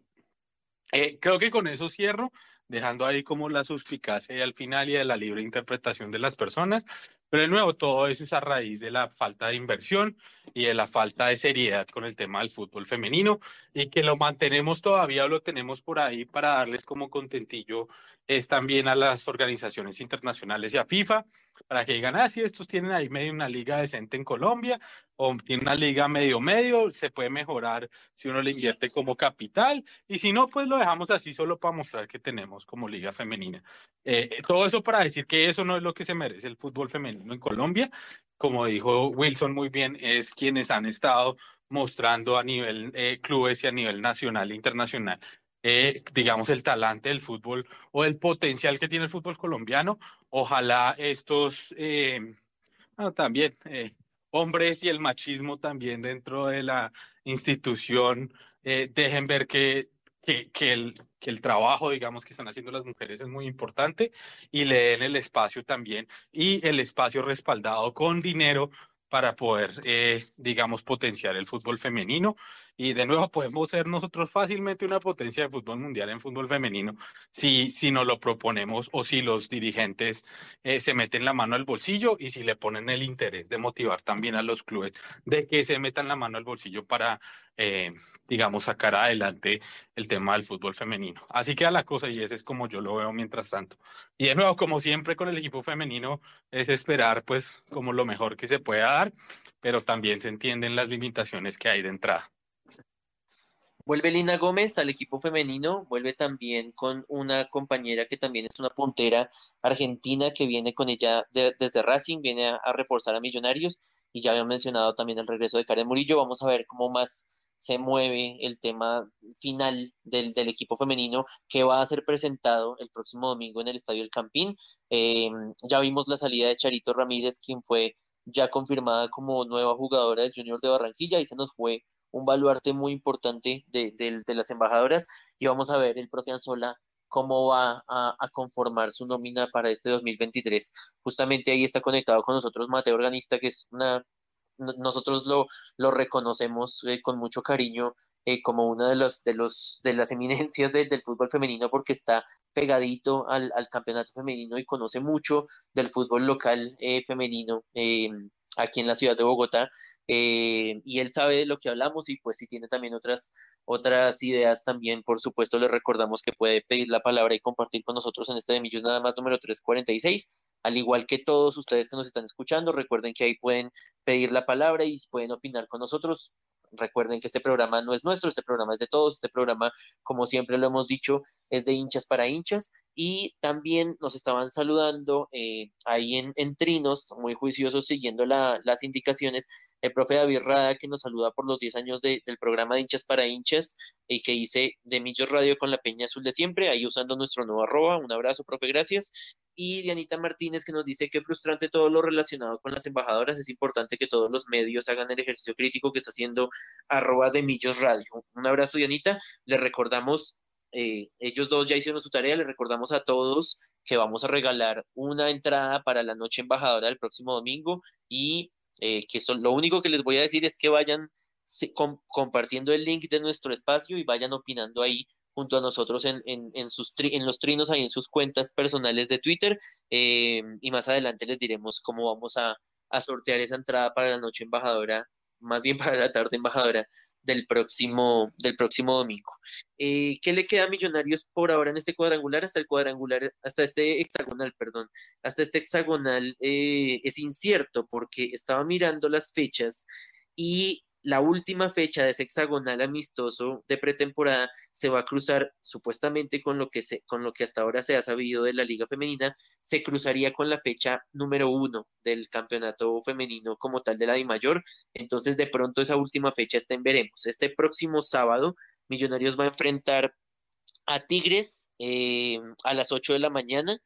Eh, creo que con eso cierro, dejando ahí como la suspicacia y al final y de la libre interpretación de las personas. Pero de nuevo, todo eso es a raíz de la falta de inversión y de la falta de seriedad con el tema del fútbol femenino y que lo mantenemos todavía o lo tenemos por ahí para darles como contentillo es también a las organizaciones internacionales y a FIFA para que digan, ah, sí, estos tienen ahí medio una liga decente en Colombia o tienen una liga medio medio, se puede mejorar si uno le invierte como capital y si no, pues lo dejamos así solo para mostrar que tenemos como liga femenina. Eh, todo eso para decir que eso no es lo que se merece el fútbol femenino en Colombia. Como dijo Wilson muy bien, es quienes han estado mostrando a nivel eh, clubes y a nivel nacional e internacional, eh, digamos, el talante del fútbol o el potencial que tiene el fútbol colombiano. Ojalá estos eh, bueno, también eh, hombres y el machismo también dentro de la institución eh, dejen ver que, que, que, el, que el trabajo, digamos, que están haciendo las mujeres es muy importante y le den el espacio también y el espacio respaldado con dinero para poder, eh, digamos, potenciar el fútbol femenino. Y de nuevo, podemos ser nosotros fácilmente una potencia de fútbol mundial en fútbol femenino si, si nos lo proponemos o si los dirigentes eh, se meten la mano al bolsillo y si le ponen el interés de motivar también a los clubes de que se metan la mano al bolsillo para, eh, digamos, sacar adelante el tema del fútbol femenino. Así queda la cosa y ese es como yo lo veo mientras tanto. Y de nuevo, como siempre con el equipo femenino, es esperar pues como lo mejor que se pueda dar, pero también se entienden las limitaciones que hay de entrada. Vuelve Lina Gómez al equipo femenino, vuelve también con una compañera que también es una puntera argentina que viene con ella de- desde Racing, viene a, a reforzar a Millonarios y ya había mencionado también el regreso de Karen Murillo. Vamos a ver cómo más se mueve el tema final del, del equipo femenino que va a ser presentado el próximo domingo en el Estadio El Campín. Eh, ya vimos la salida de Charito Ramírez, quien fue ya confirmada como nueva jugadora del Junior de Barranquilla y se nos fue un baluarte muy importante de, de- de las embajadoras y vamos a ver el propio Anzola cómo va a, a conformar su nómina para este dos mil veintitrés. Justamente ahí está conectado con nosotros Mateo Organista, que es una, no- nosotros lo, lo reconocemos eh, con mucho cariño eh, como una de los, de los, de las eminencias de- del fútbol femenino porque está pegadito al, al campeonato femenino y conoce mucho del fútbol local eh, femenino. Eh, aquí en la ciudad de Bogotá, eh, y él sabe de lo que hablamos y pues si tiene también otras, otras ideas también, por supuesto, le recordamos que puede pedir la palabra y compartir con nosotros en este de Millos nada más número trescientos cuarenta y seis, al igual que todos ustedes que nos están escuchando, recuerden que ahí pueden pedir la palabra y pueden opinar con nosotros. Recuerden que este programa no es nuestro, este programa es de todos, este programa, como siempre lo hemos dicho, es de hinchas para hinchas y también nos estaban saludando eh, ahí en, en Trinos, muy juiciosos siguiendo la, las indicaciones, el profe David Rada que nos saluda por los diez años de- del programa de hinchas para hinchas y que hice de Millos Radio con la Peña Azul de siempre, ahí usando nuestro nuevo arroba. Un abrazo, profe, gracias. Y Dianita Martínez que nos dice que frustrante todo lo relacionado con las embajadoras, es importante que todos los medios hagan el ejercicio crítico que está haciendo arroba de Millos Radio. Un abrazo, Dianita. Les recordamos, eh, ellos dos ya hicieron su tarea, les recordamos a todos que vamos a regalar una entrada para la noche embajadora del próximo domingo y eh, que son, lo único que les voy a decir es que vayan se- com- compartiendo el link de nuestro espacio y vayan opinando ahí junto a nosotros en, en, en sus tri- en los trinos, ahí en sus cuentas personales de Twitter. Eh, y más adelante les diremos cómo vamos a, a sortear esa entrada para la noche embajadora, más bien para la tarde embajadora del próximo, del próximo domingo. Eh, ¿qué le queda a Millonarios por ahora en este cuadrangular? Hasta el cuadrangular, hasta este hexagonal, perdón, hasta este hexagonal eh, es incierto porque estaba mirando las fechas y la última fecha de ese hexagonal amistoso de pretemporada se va a cruzar supuestamente con lo que se, con lo que hasta ahora se ha sabido de la Liga Femenina, se cruzaría con la fecha número uno del campeonato femenino como tal de la DIMAYOR. Entonces, de pronto esa última fecha está en veremos. Este próximo sábado, Millonarios va a enfrentar a Tigres eh, a las ocho de la mañana.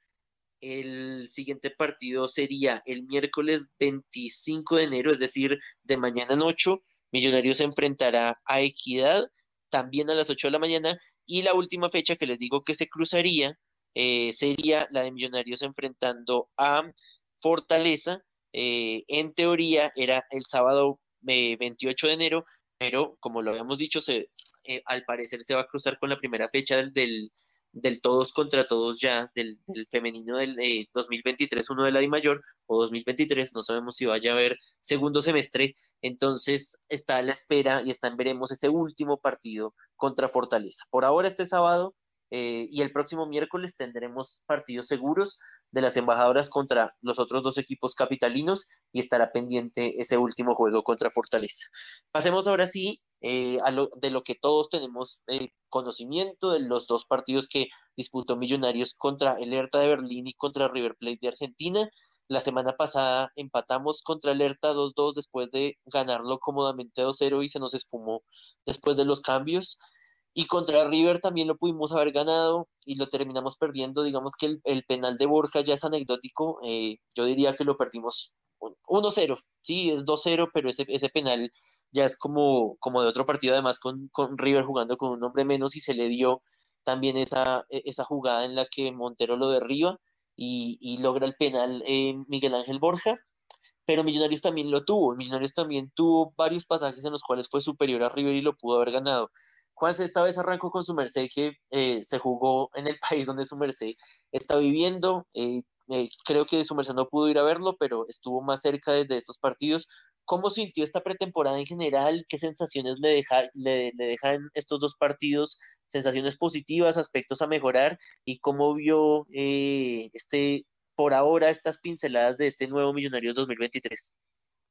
El siguiente partido sería el miércoles veinticinco de enero, es decir, de mañana en ocho. Millonarios se enfrentará a Equidad también a las ocho de la mañana. Y la última fecha que les digo que se cruzaría eh, sería la de Millonarios enfrentando a Fortaleza. Eh, en teoría era el sábado eh, veintiocho de enero, pero como lo habíamos dicho, se, eh, al parecer se va a cruzar con la primera fecha del, del, del todos contra todos ya, del, del femenino del eh, dos mil veintitrés, uno de la DIMAYOR, o dos mil veintitrés, no sabemos si vaya a haber segundo semestre. Entonces está a la espera y está en veremos ese último partido contra Fortaleza. Por ahora este sábado eh, y el próximo miércoles tendremos partidos seguros de las embajadoras contra los otros dos equipos capitalinos y estará pendiente ese último juego contra Fortaleza. Pasemos ahora sí eh, a lo, de lo que todos tenemos eh, conocimiento, de los dos partidos que disputó Millonarios contra el Hertha de Berlín y contra River Plate de Argentina. La semana pasada empatamos contra el Hertha dos dos después de ganarlo cómodamente dos cero y se nos esfumó después de los cambios. Y contra River también lo pudimos haber ganado y lo terminamos perdiendo. Digamos que el, el penal de Borja ya es anecdótico. Eh, yo diría que lo perdimos uno cero. Sí, es dos cero, pero ese, ese penal ya es como, como de otro partido, además con, con River jugando con un hombre menos y se le dio también esa, esa jugada en la que Montero lo derriba y, y logra el penal eh, Miguel Ángel Borja. Pero Millonarios también lo tuvo. Millonarios también tuvo varios pasajes en los cuales fue superior a River y lo pudo haber ganado. Juanse esta vez arrancó con su merced que eh, se jugó en el país donde su merced está viviendo. Eh, eh, creo que su merced no pudo ir a verlo, pero estuvo más cerca de, de estos partidos. ¿Cómo sintió esta pretemporada en general? ¿Qué sensaciones le, deja, le, le dejan estos dos partidos? ¿Sensaciones positivas, aspectos a mejorar? ¿Y cómo vio eh, este, por ahora estas pinceladas de este nuevo Millonarios dos mil veintitrés?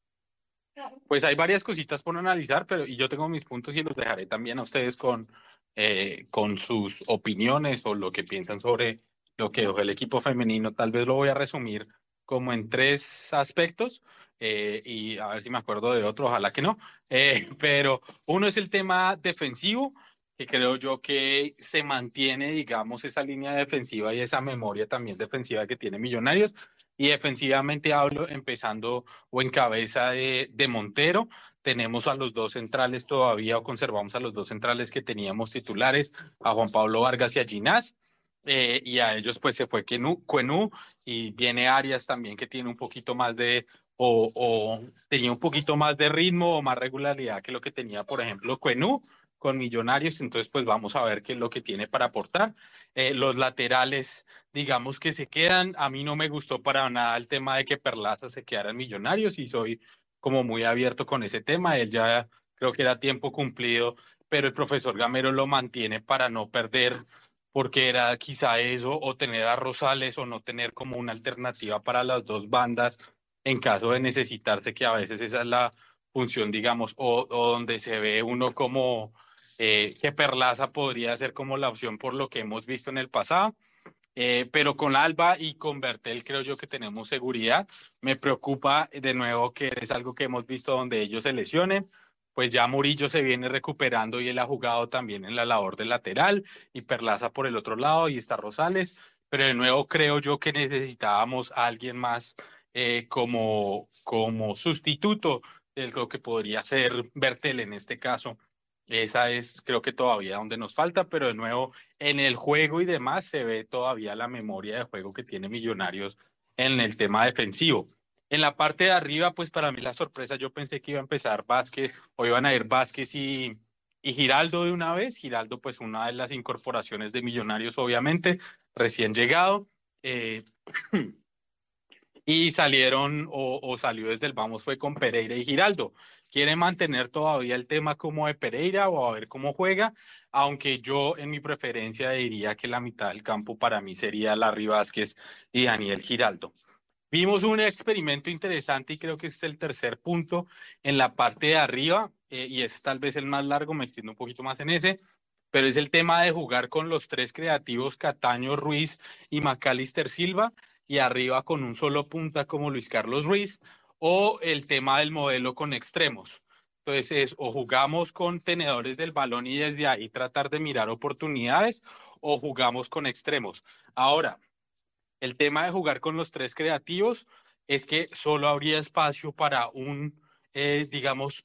Pues hay varias cositas por analizar, pero y yo tengo mis puntos y los dejaré también a ustedes con, eh, con sus opiniones o lo que piensan sobre lo que dejó el equipo femenino. Tal vez lo voy a resumir como en tres aspectos eh, y a ver si me acuerdo de otro, ojalá que no. Eh, pero uno es el tema defensivo, que creo yo que se mantiene, digamos, esa línea defensiva y esa memoria también defensiva que tiene Millonarios. Y defensivamente hablo empezando o en cabeza de, de Montero. Tenemos a los dos centrales todavía, o conservamos a los dos centrales que teníamos titulares, a Juan Pablo Vargas y a Ginás. Eh, y a ellos pues se fue Cuenú, Cuenú y viene Arias también que tiene un poquito más de, o, o tenía un poquito más de ritmo o más regularidad que lo que tenía, por ejemplo, Cuenú con Millonarios. Entonces pues vamos a ver qué es lo que tiene para aportar. Eh, los laterales, digamos que se quedan. A mí no me gustó para nada el tema de que Perlaza se quedara en Millonarios y soy como muy abierto con ese tema. Él ya creo que era tiempo cumplido, pero el profesor Gamero lo mantiene para no perder, porque era quizá eso, o tener a Rosales o no tener como una alternativa para las dos bandas en caso de necesitarse, que a veces esa es la función, digamos, o, o donde se ve uno como eh, que Perlaza podría ser como la opción por lo que hemos visto en el pasado. Eh, pero con Alba y con Bertel creo yo que tenemos seguridad. Me preocupa de nuevo que es algo que hemos visto donde ellos se lesionen. Pues ya Murillo se viene recuperando y él ha jugado también en la labor de lateral y Perlaza por el otro lado y está Rosales. Pero de nuevo creo yo que necesitábamos a alguien más eh, como, como sustituto de lo que podría ser Bertel en este caso. Esa es, creo que todavía donde nos falta, pero de nuevo, en el juego y demás se ve todavía la memoria de juego que tiene Millonarios en el tema defensivo. En la parte de arriba, pues para mí la sorpresa, yo pensé que iba a empezar Vázquez, o iban a ir Vázquez y, y Giraldo de una vez. Giraldo, pues una de las incorporaciones de Millonarios, obviamente, recién llegado. Eh, y salieron o, o salió desde el vamos fue con Pereira y Giraldo. Quiere mantener todavía el tema como de Pereira o a ver cómo juega, aunque yo en mi preferencia diría que la mitad del campo para mí sería Larry Vázquez y Daniel Giraldo. Vimos un experimento interesante y creo que este es el tercer punto en la parte de arriba, eh, y es tal vez el más largo, me extiendo un poquito más en ese, pero es el tema de jugar con los tres creativos Cataño, Ruiz y Macalister Silva, y arriba con un solo punta como Luis Carlos Ruiz, o el tema del modelo con extremos. Entonces es o jugamos con tenedores del balón y desde ahí tratar de mirar oportunidades, o jugamos con extremos. Ahora, el tema de jugar con los tres creativos es que solo habría espacio para un, eh, digamos,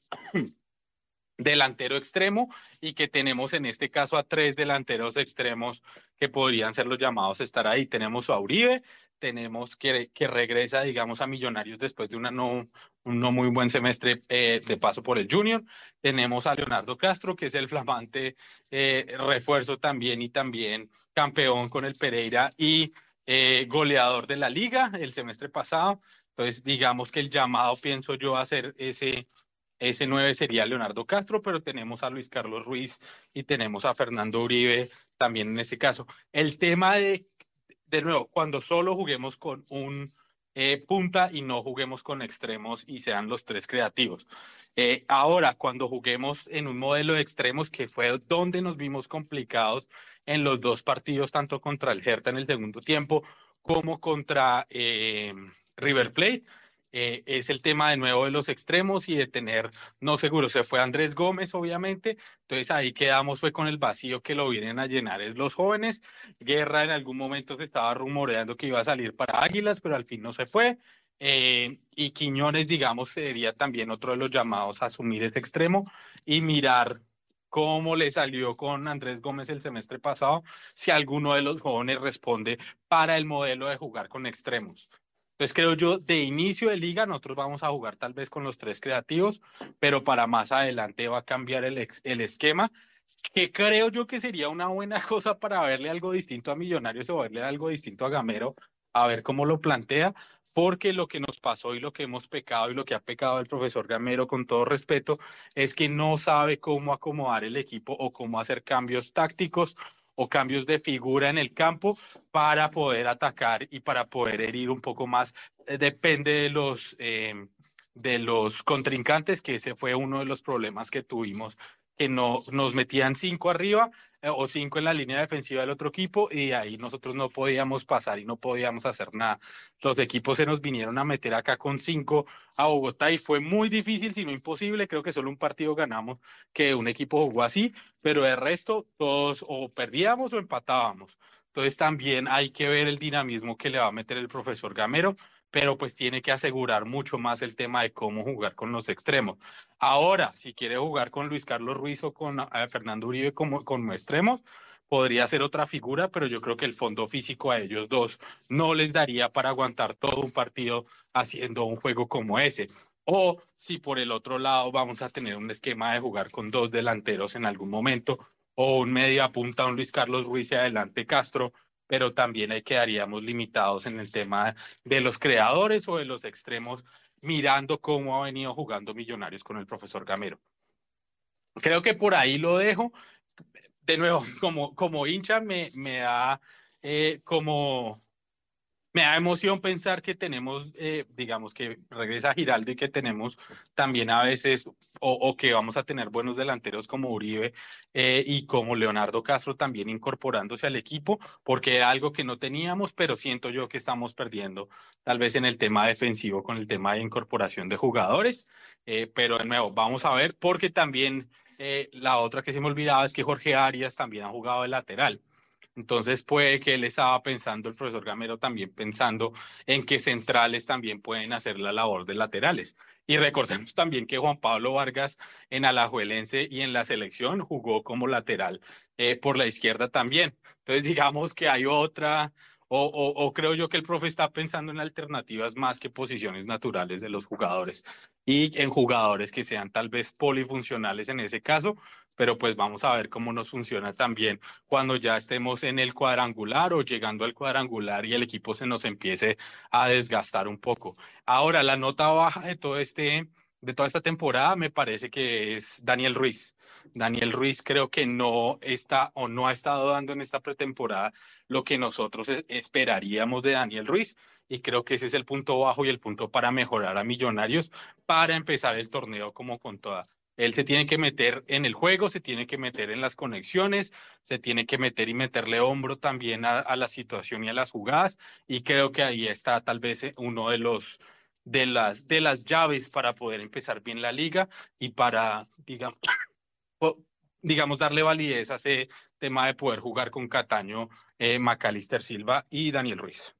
delantero extremo, y que tenemos en este caso a tres delanteros extremos que podrían ser los llamados a estar ahí. Tenemos a Uribe, tenemos que, que regresa, digamos, a Millonarios después de una no, un no muy buen semestre eh, de paso por el Junior. Tenemos a Leonardo Castro, que es el flamante eh, refuerzo también y también campeón con el Pereira y eh, goleador de la liga el semestre pasado. Entonces, digamos que el llamado, pienso yo, a hacer ese ese nueve sería Leonardo Castro, pero tenemos a Luis Carlos Ruiz y tenemos a Fernando Uribe también en ese caso. El tema de, de nuevo, cuando solo juguemos con un eh, punta y no juguemos con extremos y sean los tres creativos. Eh, ahora, cuando juguemos en un modelo de extremos, que fue donde nos vimos complicados en los dos partidos, tanto contra el Hertha en el segundo tiempo como contra eh, River Plate, eh, es el tema de nuevo de los extremos y de tener, no seguro, se fue Andrés Gómez, obviamente, entonces ahí quedamos, fue con el vacío que lo vienen a llenar es los jóvenes. Guerra en algún momento se estaba rumoreando que iba a salir para Águilas, pero al fin no se fue. Eh, y Quiñones, digamos, sería también otro de los llamados a asumir ese extremo y mirar cómo le salió con Andrés Gómez el semestre pasado, si alguno de los jóvenes responde para el modelo de jugar con extremos. Entonces creo yo, de inicio de liga, nosotros vamos a jugar tal vez con los tres creativos, pero para más adelante va a cambiar el, ex, el esquema, que creo yo que sería una buena cosa para verle algo distinto a Millonarios o verle algo distinto a Gamero, a ver cómo lo plantea, porque lo que nos pasó y lo que hemos pecado y lo que ha pecado el profesor Gamero, con todo respeto, es que no sabe cómo acomodar el equipo o cómo hacer cambios tácticos o cambios de figura en el campo para poder atacar y para poder herir un poco más. Eh, Depende de los, eh, de los contrincantes, que ese fue uno de los problemas que tuvimos, que no nos metían cinco arriba eh, o cinco en la línea defensiva del otro equipo, y de ahí nosotros no podíamos pasar y no podíamos hacer nada. Los equipos se nos vinieron a meter acá con cinco a Bogotá y fue muy difícil, si no imposible. Creo que solo un partido ganamos que un equipo jugó así, pero el resto todos o perdíamos o empatábamos. Entonces también hay que ver el dinamismo que le va a meter el profesor Gamero, pero pues tiene que asegurar mucho más el tema de cómo jugar con los extremos. Ahora, si quiere jugar con Luis Carlos Ruiz o con eh, Fernando Uribe como, como extremos, podría ser otra figura, pero yo creo que el fondo físico a ellos dos no les daría para aguantar todo un partido haciendo un juego como ese. O si por el otro lado vamos a tener un esquema de jugar con dos delanteros en algún momento, o un media punta, un Luis Carlos Ruiz y adelante Castro, pero también ahí quedaríamos limitados en el tema de los creadores o de los extremos, mirando cómo ha venido jugando Millonarios con el profesor Gamero. Creo que por ahí lo dejo. De nuevo, como, como hincha me, me da eh, como me da emoción pensar que tenemos, eh, digamos, que regresa Giraldo y que tenemos también a veces, o, o que vamos a tener buenos delanteros como Uribe eh, y como Leonardo Castro también incorporándose al equipo, porque era algo que no teníamos, pero siento yo que estamos perdiendo tal vez en el tema defensivo con el tema de incorporación de jugadores. Eh, pero de nuevo, vamos a ver, porque también eh, la otra que se me olvidaba es que Jorge Arias también ha jugado de lateral. Entonces puede que él estaba pensando, el profesor Gamero también pensando en que centrales también pueden hacer la labor de laterales. Y recordemos también que Juan Pablo Vargas en Alajuelense y en la selección jugó como lateral eh, por la izquierda también. Entonces digamos que hay otra, o, o, o creo yo que el profe está pensando en alternativas más que posiciones naturales de los jugadores y en jugadores que sean tal vez polifuncionales en ese caso, pero pues vamos a ver cómo nos funciona también cuando ya estemos en el cuadrangular o llegando al cuadrangular y el equipo se nos empiece a desgastar un poco. Ahora, la nota baja de todo este, de toda esta temporada me parece que es Daniel Ruiz. Daniel Ruiz creo que no está o no ha estado dando en esta pretemporada lo que nosotros esperaríamos de Daniel Ruiz. y creo que ese es el punto bajo y el punto para mejorar a Millonarios para empezar el torneo como con toda. Él se tiene que meter en el juego, se tiene que meter en las conexiones, se tiene que meter y meterle hombro también a, a la situación y a las jugadas, y creo que ahí está tal vez eh, uno de los de las de las llaves para poder empezar bien la liga y para, digamos, digamos darle validez a ese tema de poder jugar con Cataño, eh, Macalister Silva y Daniel Ruiz.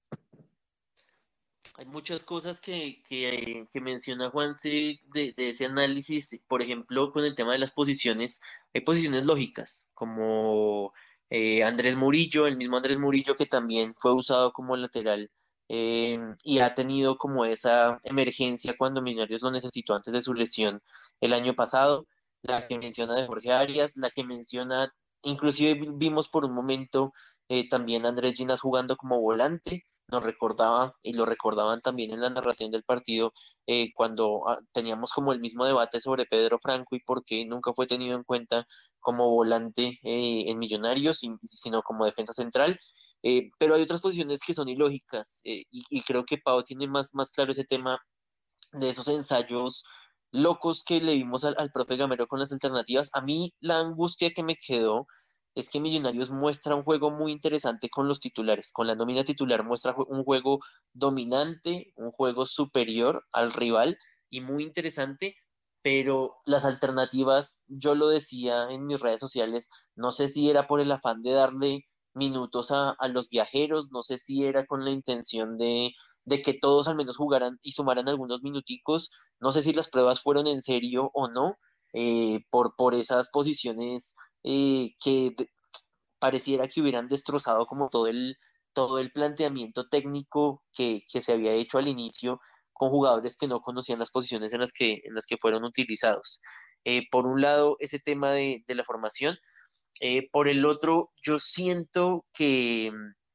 Hay muchas cosas que, que, que menciona Juanse de, de ese análisis, por ejemplo, con el tema de las posiciones, hay posiciones lógicas, como eh, Andrés Murillo, el mismo Andrés Murillo que también fue usado como lateral eh, y ha tenido como esa emergencia cuando Millonarios lo necesitó antes de su lesión el año pasado, la que menciona de Jorge Arias, la que menciona, inclusive vi- vimos por un momento eh, también a Andrés Ginas jugando como volante, nos recordaba y lo recordaban también en la narración del partido eh, cuando ah, teníamos como el mismo debate sobre Pedro Franco y por qué nunca fue tenido en cuenta como volante eh, en Millonarios, y- sino como defensa central. Eh, pero hay otras posiciones que son ilógicas eh, y, y creo que Pau tiene más, más claro ese tema de esos ensayos locos que le vimos al, al profe Gamero con las alternativas. A mí la angustia que me quedó es que Millonarios muestra un juego muy interesante con los titulares. Con la nómina titular muestra jue- un juego dominante, un juego superior al rival y muy interesante. Pero las alternativas, yo lo decía en mis redes sociales, no sé si era por el afán de darle minutos a, a los viajeros, no sé si era con la intención de de que todos al menos jugaran y sumaran algunos minuticos. No sé si las pruebas fueron en serio o no, eh, por, por esas posiciones eh, que de- pareciera que hubieran destrozado como todo el, todo el planteamiento técnico que, que se había hecho al inicio con jugadores que no conocían las posiciones en las que, en las que fueron utilizados. Eh, por un lado, ese tema de, de la formación. Eh, por el otro, yo siento que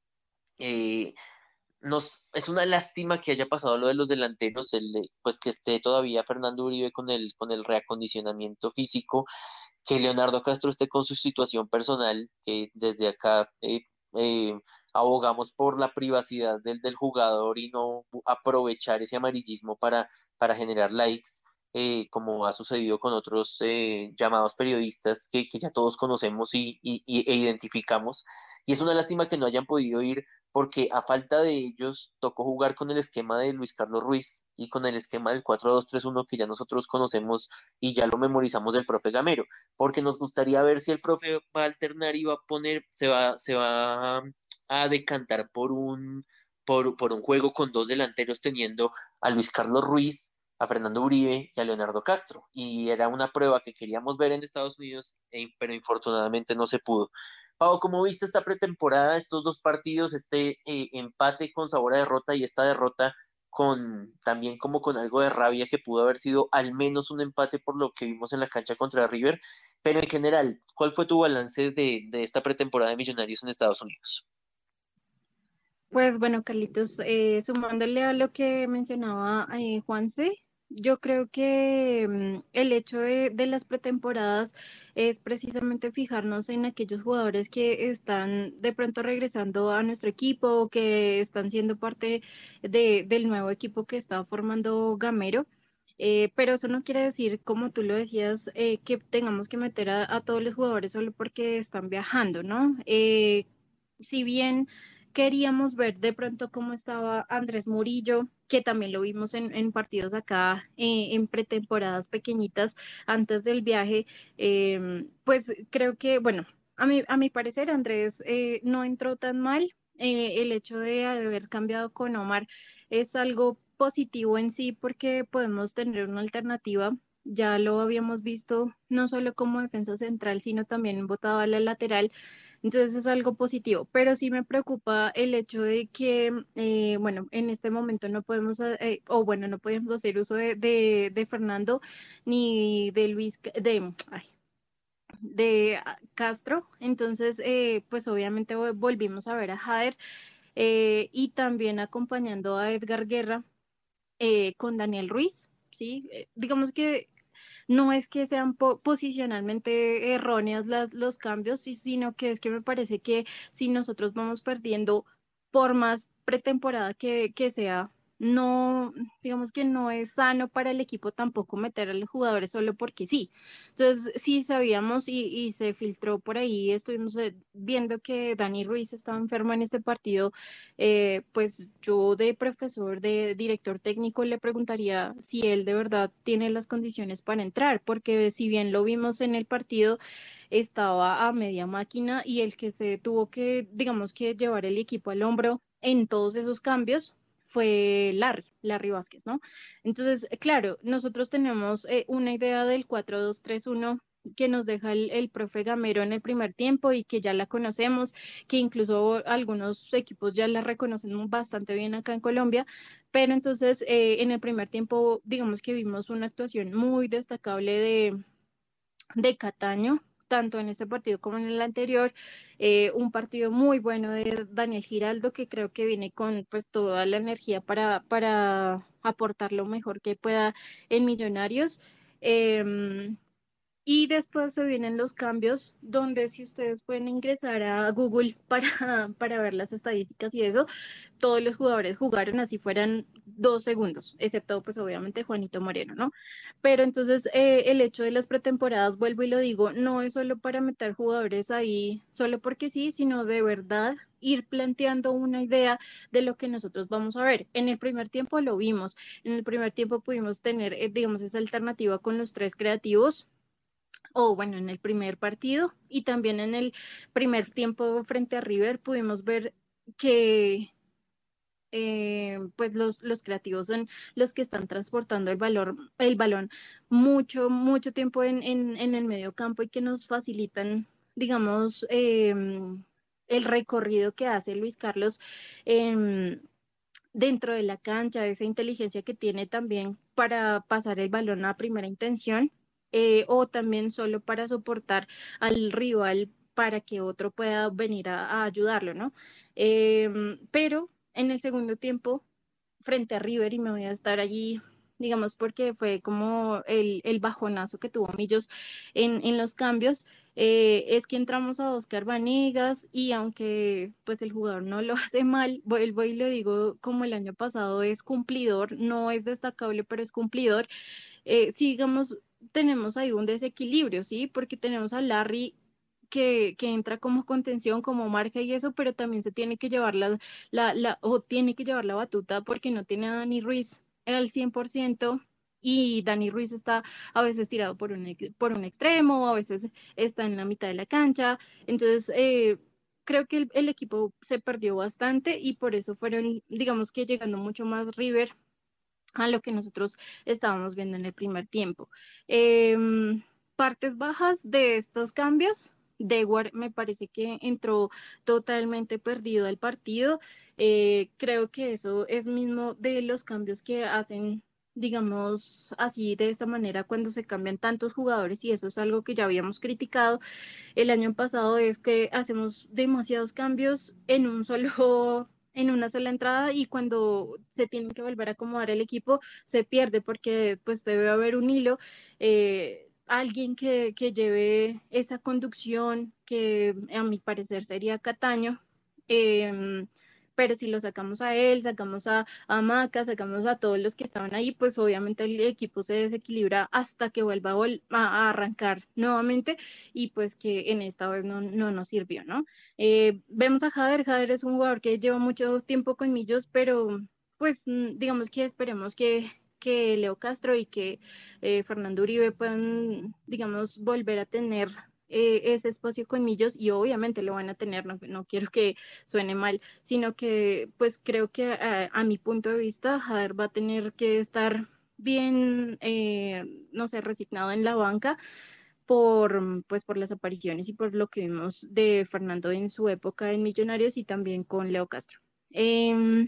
eh, nos, es una lástima que haya pasado lo de los delanteros, el, pues que esté todavía Fernando Uribe con el, con el reacondicionamiento físico, que Leonardo Castro esté con su situación personal, que desde acá eh, eh, abogamos por la privacidad del, del jugador y no aprovechar ese amarillismo para, para generar likes, eh, como ha sucedido con otros eh, llamados periodistas que, que ya todos conocemos y, y- y- e identificamos. Y es una lástima que no hayan podido ir porque a falta de ellos tocó jugar con el esquema de Luis Carlos Ruiz y con el esquema del cuatro dos tres uno que ya nosotros conocemos y ya lo memorizamos del profe Gamero, porque nos gustaría ver si el profe va a alternar y va a poner, se va, se va a decantar por un, por, por un juego con dos delanteros teniendo a Luis Carlos Ruiz, a Fernando Uribe y a Leonardo Castro. Y era una prueba que queríamos ver en Estados Unidos, eh, pero infortunadamente no se pudo. Pau, ¿cómo viste esta pretemporada, estos dos partidos, este eh, empate con sabor a derrota y esta derrota con también como con algo de rabia que pudo haber sido al menos un empate por lo que vimos en la cancha contra River? Pero en general, ¿cuál fue tu balance de, de esta pretemporada de Millonarios en Estados Unidos? Pues bueno, Carlitos, eh, sumándole a lo que mencionaba eh, Juanse, yo creo que mm, el hecho de, de las pretemporadas es precisamente fijarnos en aquellos jugadores que están de pronto regresando a nuestro equipo o que están siendo parte de- del nuevo equipo que está formando Gamero. Eh, pero eso no quiere decir, como tú lo decías, eh, que tengamos que meter a, a todos los jugadores solo porque están viajando, ¿no? Eh, si bien queríamos ver de pronto cómo estaba Andrés Murillo, que también lo vimos en, en partidos acá, eh, en pretemporadas pequeñitas antes del viaje. Eh, pues creo que, bueno, a mi, a mi parecer Andrés eh, no entró tan mal. Eh, el hecho de haber cambiado con Omar es algo positivo en sí porque podemos tener una alternativa. Ya lo habíamos visto no solo como defensa central, sino también botado a la lateral. Entonces es algo positivo, pero sí me preocupa el hecho de que, eh, bueno, en este momento no podemos, eh, o bueno, no podemos hacer uso de, de, de Fernando ni de Luis, Ca- de, ay, de ah, Castro. Entonces, eh, pues obviamente vol- volvimos a ver a Jader eh, y también acompañando a Edgar Guerra eh, con Daniel Ruiz. Sí, Eh, digamos que no es que sean po- posicionalmente erróneos las- los cambios, sí, sino que es que me parece que si nosotros vamos perdiendo por más pretemporada que, que sea, no, digamos que no es sano para el equipo tampoco meter a los jugadores solo porque sí. Entonces, sí sabíamos y, y se filtró por ahí, estuvimos eh, viendo que Dani Ruiz estaba enfermo en este partido, eh, pues yo de profesor, de director técnico, le preguntaría si él de verdad tiene las condiciones para entrar, porque si bien lo vimos en el partido, estaba a media máquina y el que se tuvo que, digamos que llevar el equipo al hombro en todos esos cambios fue Larry, Larry Vázquez, ¿no? Entonces, claro, nosotros tenemos eh, una idea del cuatro dos tres uno que nos deja el, el profe Gamero en el primer tiempo y que ya la conocemos, que incluso algunos equipos ya la reconocen bastante bien acá en Colombia, pero entonces eh, en el primer tiempo, digamos que vimos una actuación muy destacable de, de Cataño, tanto en este partido como en el anterior, eh, un partido muy bueno de Daniel Giraldo, que creo que viene con pues toda la energía para, para aportar lo mejor que pueda en Millonarios. Eh, y después se vienen los cambios, donde si ustedes pueden ingresar a Google para, para ver las estadísticas y eso, todos los jugadores jugaron así fueran dos segundos, excepto pues obviamente Juanito Moreno, ¿no? Pero entonces eh, el hecho de las pretemporadas, vuelvo y lo digo, no es solo para meter jugadores ahí solo porque sí, sino de verdad ir planteando una idea de lo que nosotros vamos a ver. En el primer tiempo lo vimos, en el primer tiempo pudimos tener, eh, digamos, esa alternativa con los tres creativos o bueno, en el primer partido y también en el primer tiempo frente a River pudimos ver que eh, pues los, los creativos son los que están transportando el valor, el balón mucho, mucho tiempo en, en, en el medio campo y que nos facilitan, digamos, eh, el recorrido que hace Luis Carlos eh, dentro de la cancha, esa inteligencia que tiene también para pasar el balón a primera intención, eh, o también solo para soportar al rival para que otro pueda venir a, a ayudarlo, ¿no? Em, pero en el segundo tiempo, frente a River, y me voy a estar allí, digamos, porque fue como el, el bajonazo que tuvo Millos en, en los cambios, eh, es que entramos a Oscar Vanegas y aunque pues el jugador no lo hace mal, vuelvo y lo digo como el año pasado, es cumplidor, no es destacable, pero es cumplidor. Eh, sí, digamos, tenemos ahí un desequilibrio, ¿sí? Porque tenemos a Larry que, que entra como contención, como marca y eso, pero también se tiene que llevar la, la, la, o tiene que llevar la batuta porque no tiene a Dani Ruiz al cien por ciento y Dani Ruiz está a veces tirado por un, ex- por un extremo, a veces está en la mitad de la cancha. Entonces, eh, creo que el, el equipo se perdió bastante y por eso fueron, digamos que llegando mucho más River a lo que nosotros estábamos viendo en el primer tiempo. Em, partes bajas de estos cambios. Dewar me parece que entró totalmente perdido al partido. Eh, creo que eso es mismo de los cambios que hacen, digamos así, de esta manera cuando se cambian tantos jugadores y eso es algo que ya habíamos criticado el año pasado, es que hacemos demasiados cambios en un solo en una sola entrada y cuando se tiene que volver a acomodar el equipo se pierde porque pues debe haber un hilo, eh, alguien que, que lleve esa conducción que a mi parecer sería Cataño. em, pero si lo sacamos a él, sacamos a, a Maca, sacamos a todos los que estaban ahí, pues obviamente el equipo se desequilibra hasta que vuelva a, vol- a a arrancar nuevamente y pues que en esta vez no, no nos sirvió, ¿no? Eh, vemos a Jader, Jader es un jugador que lleva mucho tiempo con Millos, pero pues mm, digamos que esperemos que, que Leo Castro y que eh, Fernando Uribe puedan, digamos, volver a tener eh, ese espacio con Millos y obviamente lo van a tener, no, no quiero que suene mal, sino que pues creo que a, a mi punto de vista Jader va a tener que estar bien, eh, no sé, resignado en la banca por, pues, por las apariciones y por lo que vimos de Fernando en su época en Millonarios y también con Leo Castro. Em,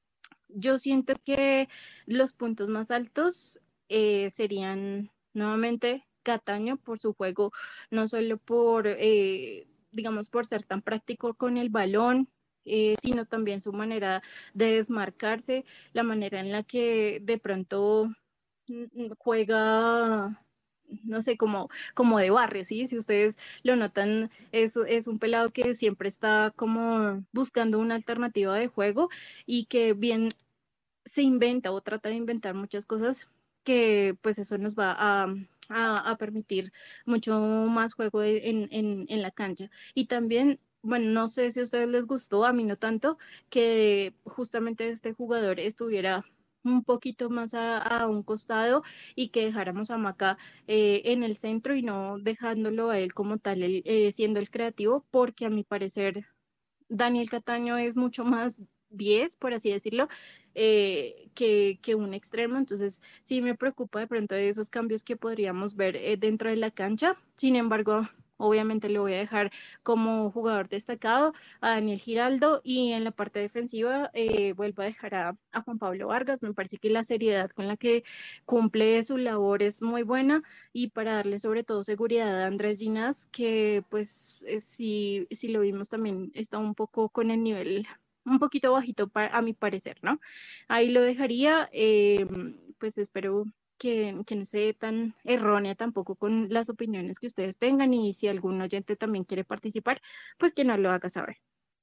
yo siento que los puntos más altos eh, serían nuevamente Cataño por su juego, no solo por, eh, digamos, por ser tan práctico con el balón, eh, sino también su manera de desmarcarse, la manera en la que de pronto mm, mm, juega no sé, como, como de barrio, ¿sí? Si ustedes lo notan, es, es un pelado que siempre está como buscando una alternativa de juego y que bien se inventa o trata de inventar muchas cosas que pues eso nos va a, a, a permitir mucho más juego en, en, en la cancha. Y también, bueno, no sé si a ustedes les gustó, a mí no tanto, que justamente este jugador estuviera un poquito más a, a un costado y que dejáramos a Maca eh, en el centro y no dejándolo a él como tal, él, eh, siendo el creativo, porque a mi parecer Daniel Cataño es mucho más diez, por así decirlo, eh, que, que un extremo. Entonces, sí me preocupa de pronto de esos cambios que podríamos ver eh, dentro de la cancha. Sin embargo, obviamente le voy a dejar como jugador destacado a Daniel Giraldo y en la parte defensiva eh, vuelvo a dejar a, a Juan Pablo Vargas. Me parece que la seriedad con la que cumple su labor es muy buena y para darle sobre todo seguridad a Andrés Ginás, que pues eh, si, si lo vimos también está un poco con el nivel un poquito bajito pa- a mi parecer, ¿no? Ahí lo dejaría, eh, pues espero que, que no sea tan errónea tampoco con las opiniones que ustedes tengan y si algún oyente también quiere participar, pues que nos lo haga saber.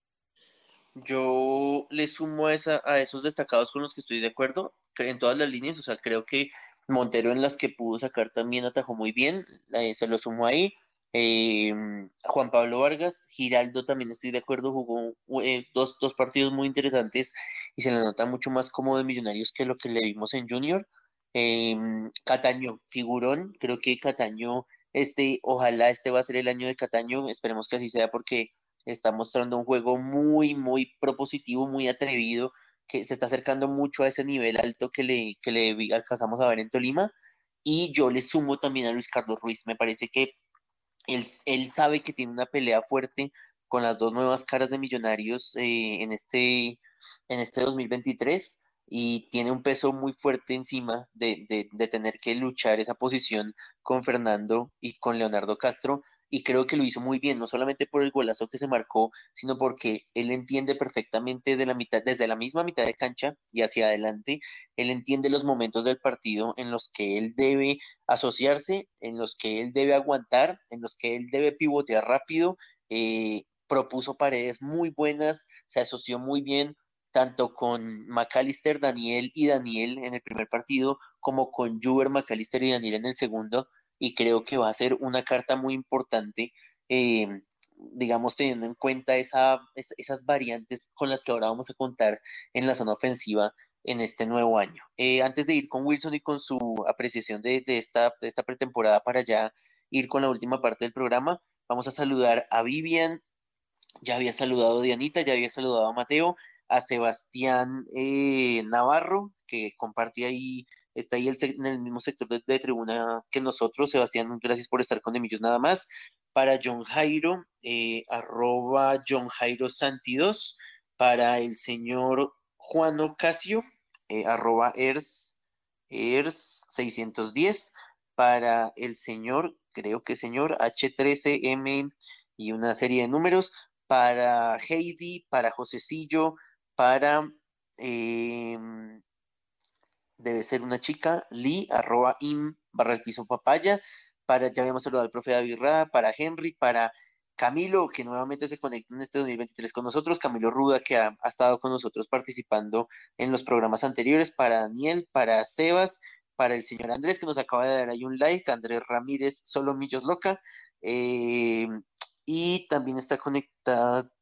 Yo le sumo a, esa, a esos destacados con los que estoy de acuerdo cre- en todas las líneas, o sea, creo que Montero en las que pudo sacar también atajó muy bien, eh, se lo sumo ahí. Eh, Juan Pablo Vargas, Giraldo también estoy de acuerdo, jugó eh, dos, dos partidos muy interesantes y se le nota mucho más cómodo de Millonarios que lo que le vimos en Junior. Eh, Cataño, figurón, creo que Cataño, este, ojalá este va a ser el año de Cataño, esperemos que así sea porque está mostrando un juego muy, muy propositivo, muy atrevido, que se está acercando mucho a ese nivel alto que le, que le vi- alcanzamos a ver en Tolima. Y yo le sumo también a Luis Carlos Ruiz. Me parece que él, él sabe que tiene una pelea fuerte con las dos nuevas caras de Millonarios eh, en este, en este dos mil veintitrés y tiene un peso muy fuerte encima de, de, de tener que luchar esa posición con Fernando y con Leonardo Castro. Y creo que lo hizo muy bien, no solamente por el golazo que se marcó, sino porque él entiende perfectamente de la mitad, desde la misma mitad de cancha y hacia adelante, él entiende los momentos del partido en los que él debe asociarse, en los que él debe aguantar, en los que él debe pivotear rápido. eh, propuso paredes muy buenas, se asoció muy bien tanto con McAllister, Daniel y Daniel en el primer partido, como con Juber, McAllister y Daniel en el segundo, y creo que va a ser una carta muy importante, eh, digamos, teniendo en cuenta esa, es- esas variantes con las que ahora vamos a contar en la zona ofensiva en este nuevo año. Eh, antes de ir con Wilson y con su apreciación de, de esta, de esta pretemporada para ya ir con la última parte del programa, vamos a saludar a Vivian, ya había saludado a Dianita, ya había saludado a Mateo, a Sebastián eh, Navarro, que comparte ahí, está ahí el sec- en el mismo sector de, de tribuna que nosotros. Sebastián, gracias por estar con Emillos nada más. Para John Jairo, eh, arroba John Jairo Santidos. Para el señor Juan Ocasio, eh, arroba ers, ers seiscientos diez. Para el señor, creo que señor H trece M y una serie de números para Heidi, para Josecillo, para, em, debe ser una chica, Lee, arroba im, barra el piso papaya, para, ya habíamos saludado al profe David Rada, para Henry, para Camilo, que nuevamente se conecta en este dos mil veintitrés con nosotros, Camilo Ruda, que ha, ha estado con nosotros participando en los programas anteriores, para Daniel, para Sebas, para el señor Andrés, que nos acaba de dar ahí un like, Andrés Ramírez, solo Millos Loca, eh, y también está conectado,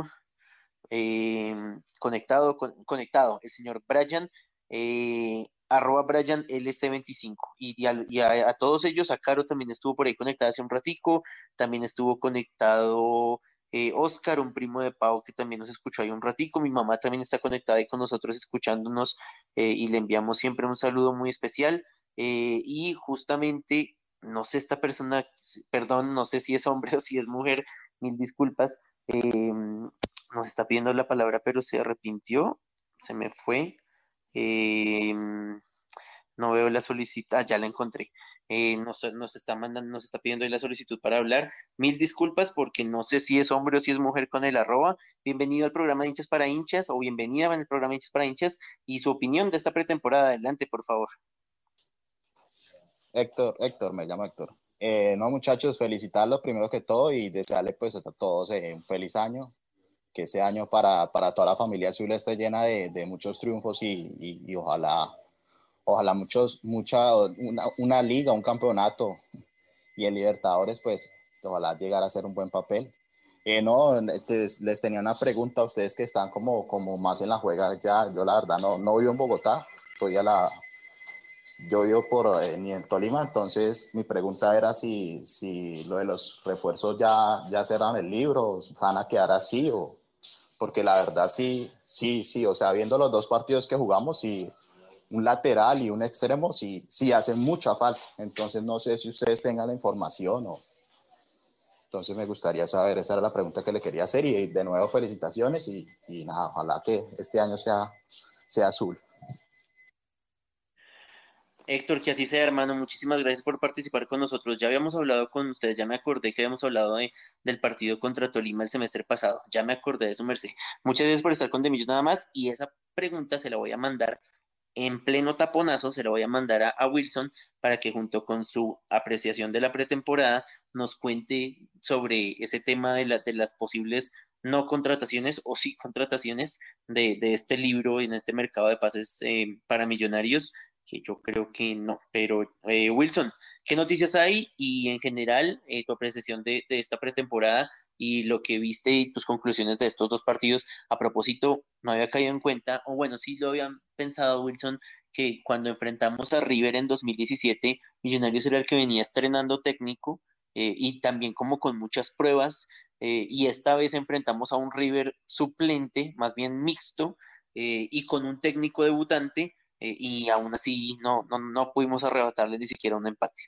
eh, conectado, con- conectado el señor Brian, eh, arroba Brian L C veinticinco. Y, y a, y a- a todos ellos, a Caro también estuvo por ahí conectada hace un ratico, también estuvo conectado eh, Oscar, un primo de Pau que también nos escuchó ahí un ratico, mi mamá también está conectada ahí con nosotros escuchándonos eh, y le enviamos siempre un saludo muy especial. eh, y justamente, no sé esta persona, perdón, no sé si es hombre o si es mujer, mil disculpas. eh, Nos está pidiendo la palabra, pero se arrepintió, se me fue. Eh, no veo la solicitud, ah, ya la encontré. Eh, nos, nos está mandando, nos está pidiendo ahí la solicitud para hablar. Mil disculpas porque no sé si es hombre o si es mujer con el arroba. Bienvenido al programa de hinchas para hinchas o bienvenida en el programa de hinchas para hinchas y su opinión de esta pretemporada. Adelante, por favor. Héctor, Héctor, me llamo Héctor. Eh, no, muchachos, felicitarlos primero que todo y desearles pues a todos eh, un feliz año, que ese año para, para toda la familia azul esté llena de, de muchos triunfos y, y, y ojalá, ojalá muchos, mucha, una, una liga, un campeonato y en Libertadores, pues ojalá llegar a hacer un buen papel. Eh, no, te- les tenía una pregunta a ustedes que están como, como más en la juega ya. Yo la verdad no, no vivo en Bogotá, estoy a la, yo vivo por eh, ni en Tolima, entonces mi pregunta era si, si lo de los refuerzos ya, ya cerran el libro, van a quedar así o porque la verdad sí, sí, sí, o sea, viendo los dos partidos que jugamos, sí, un lateral y un extremo, sí, sí hacen mucha falta. Entonces no sé si ustedes tengan la información o entonces me gustaría saber, esa era la pregunta que le quería hacer y de nuevo felicitaciones y, y nada, ojalá que este año sea, sea azul. Héctor, que así sea, hermano. Muchísimas gracias por participar con nosotros. Ya habíamos hablado con ustedes, ya me acordé que habíamos hablado de, del partido contra Tolima el semestre pasado. Ya me acordé de su merced. Muchas gracias por estar con Demillos nada más. Y esa pregunta se la voy a mandar en pleno taponazo, se la voy a mandar a, a Wilson para que junto con su apreciación de la pretemporada nos cuente sobre ese tema de, la, de las posibles no contrataciones o sí contrataciones de, de este libro en este mercado de pases eh, para millonarios, que yo creo que no. Pero eh, Wilson, ¿qué noticias hay? Y en general, eh, tu apreciación de, de esta pretemporada y lo que viste y tus conclusiones de estos dos partidos. A propósito, no había caído en cuenta, o bueno, sí lo habían pensado, Wilson, que cuando enfrentamos a River en dos mil diecisiete, Millonarios era el que venía estrenando técnico eh, y también como con muchas pruebas, eh, y esta vez enfrentamos a un River suplente, más bien mixto, eh, y con un técnico debutante, eh, y aún así no, no, no pudimos arrebatarle ni siquiera un empate.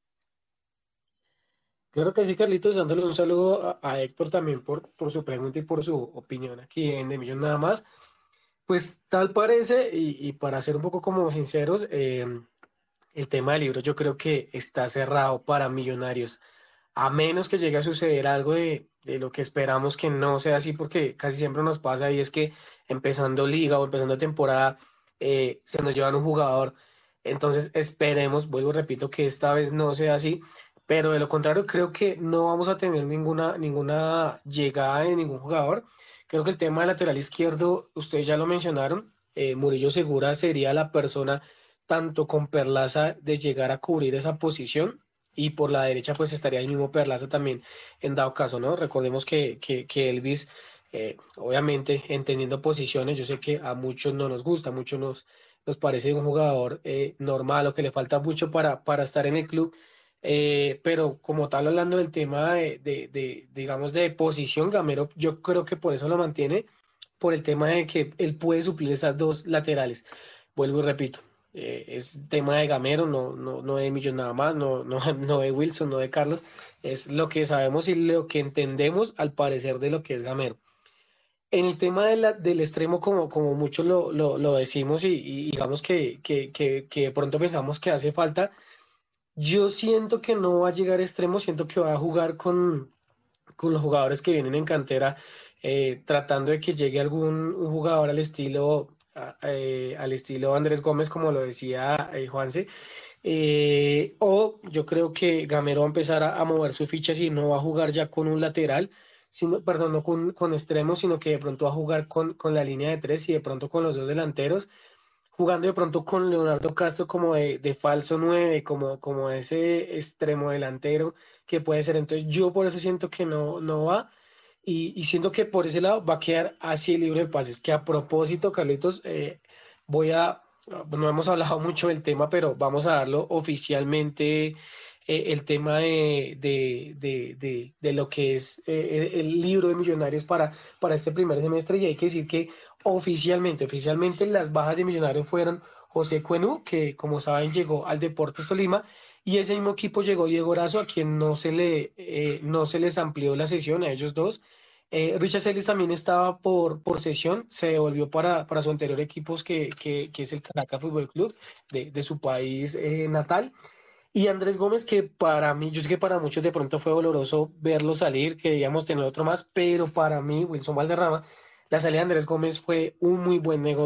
Claro que sí, Carlitos, dándole un saludo a, a Héctor también por, por su pregunta y por su opinión aquí en De Millón Nada Más. Pues tal parece, y, y para ser un poco como sinceros, eh, el tema del libro yo creo que está cerrado para Millonarios, a menos que llegue a suceder algo de, de lo que esperamos que no sea así, porque casi siempre nos pasa y es que empezando liga o empezando temporada eh, se nos llevan un jugador. Entonces esperemos, vuelvo, repito, que esta vez no sea así, pero de lo contrario creo que no vamos a tener ninguna, ninguna llegada de ningún jugador. Creo que el tema del lateral izquierdo, ustedes ya lo mencionaron, eh, Murillo Segura sería la persona tanto con Perlaza de llegar a cubrir esa posición y por la derecha pues estaría el mismo Perlaza también en dado caso, ¿no? Recordemos que, que, que Elvis, eh, obviamente entendiendo posiciones, yo sé que a muchos no nos gusta, a muchos nos, nos parece un jugador eh, normal o que le falta mucho para, para estar en el club, eh, pero como tal hablando del tema de, de, de, digamos, de posición, Gamero, yo creo que por eso lo mantiene, por el tema de que él puede suplir esas dos laterales. Vuelvo y repito, eh, es tema de Gamero, no, no, no de Millón nada más, no, no, no de Wilson, no de Carlos, es lo que sabemos y lo que entendemos al parecer de lo que es Gamero. En el tema de la- del extremo, como, como muchos lo, lo, lo decimos y, y digamos que, que, que, que de pronto pensamos que hace falta, yo siento que no va a llegar a extremo, siento que va a jugar con, con los jugadores que vienen en cantera, eh, tratando de que llegue algún un jugador al estilo, a- eh, al estilo Andrés Gómez, como lo decía eh, Juanse. Eh, o yo creo que Gamero va a empezar a, a mover sus fichas y no va a jugar ya con un lateral, sino, perdón, no con, con extremos, sino que de pronto va a jugar con, con la línea de tres y de pronto con los dos delanteros jugando de pronto con Leonardo Castro como de, de falso nueve, como, como ese extremo delantero que puede ser. Entonces yo por eso siento que no, no va y, y siento que por ese lado va a quedar así el libro de pases. Que a propósito, Carlitos, eh, voy a, no hemos hablado mucho del tema, pero vamos a darlo oficialmente. eh, el tema de, de, de, de, de lo que es eh, el, el libro de Millonarios para, para este primer semestre y hay que decir que oficialmente, oficialmente las bajas de Millonarios fueron José Cuenú, que como saben llegó al Deportes Tolima, y ese mismo equipo llegó Diego Erazo, a quien no se le, eh, no se les amplió la sesión a ellos dos. Eh, Richard Celis también estaba por, por sesión, se devolvió para, para su anterior equipo, que, que, que es el Caracas Fútbol Club de, de su país eh, natal. Y Andrés Gómez, que para mí, yo sé que para muchos de pronto fue doloroso verlo salir, que queríamos tener otro más, pero para mí, Wilson Valderrama, la salida de Andrés Gómez fue un muy buen negocio.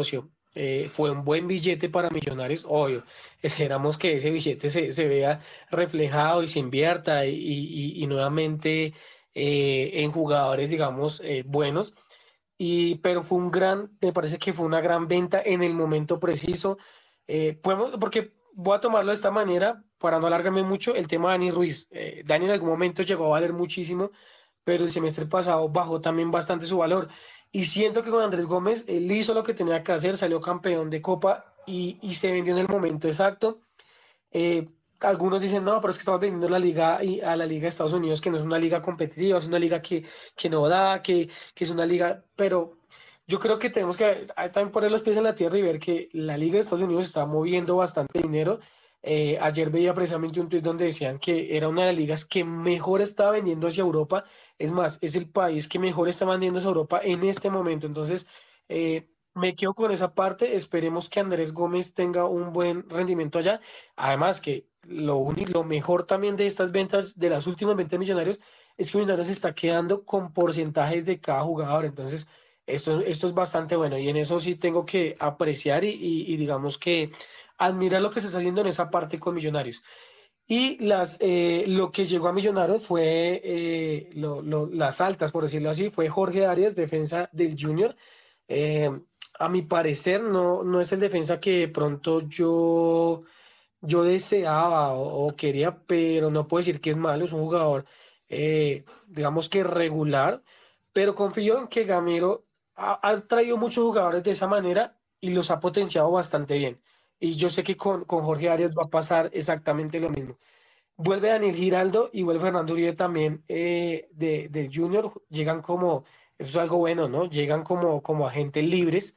Eh, fue un buen billete para Millonarios, obvio. Esperamos que ese billete se, se vea reflejado y se invierta y, y- y nuevamente eh, en jugadores, digamos, eh, buenos. Y, pero fue un gran, me parece que fue una gran venta en el momento preciso. Eh, podemos, porque voy a tomarlo de esta manera para no alargarme mucho, el tema de Dani Ruiz. Eh, Dani en algún momento llegó a valer muchísimo, pero el semestre pasado bajó también bastante su valor. Y siento que con Andrés Gómez, él hizo lo que tenía que hacer, salió campeón de Copa y, y se vendió en el momento exacto. Eh, Algunos dicen, no, pero es que estamos vendiendo la liga y a la liga de Estados Unidos, que no es una liga competitiva, es una liga que, que no da, que, que es una liga, pero yo creo que tenemos que ah, también poner los pies en la tierra y ver que la liga de Estados Unidos está moviendo bastante dinero. Eh, ayer veía precisamente un tweet donde decían que era una de las ligas que mejor está vendiendo hacia Europa. Es más, es el país que mejor está vendiendo hacia Europa en este momento. Entonces, eh, me quedo con esa parte. Esperemos que Andrés Gómez tenga un buen rendimiento allá. Además que lo único, lo mejor también de estas ventas, de las últimas ventas de Millonarios, es que Millonarios se está quedando con porcentajes de cada jugador. Entonces, esto, esto es bastante bueno y en eso sí tengo que apreciar y, y- y digamos que admirar lo que se está haciendo en esa parte con Millonarios. Y las, eh, lo que llegó a Millonarios fue eh, lo- lo- las altas, por decirlo así, fue Jorge Arias, defensa del Junior. Eh, a mi parecer no, no es el defensa que de pronto yo yo deseaba o, o quería, pero no puedo decir que es malo, es un jugador, eh, digamos que regular, pero confío en que Gamero ha, ha traído muchos jugadores de esa manera y los ha potenciado bastante bien. Y yo sé que con, con Jorge Arias va a pasar exactamente lo mismo. Vuelve Daniel Giraldo y vuelve Fernando Uribe también eh, de, del Junior. Llegan como, eso es algo bueno, ¿no? Llegan como, como agentes libres.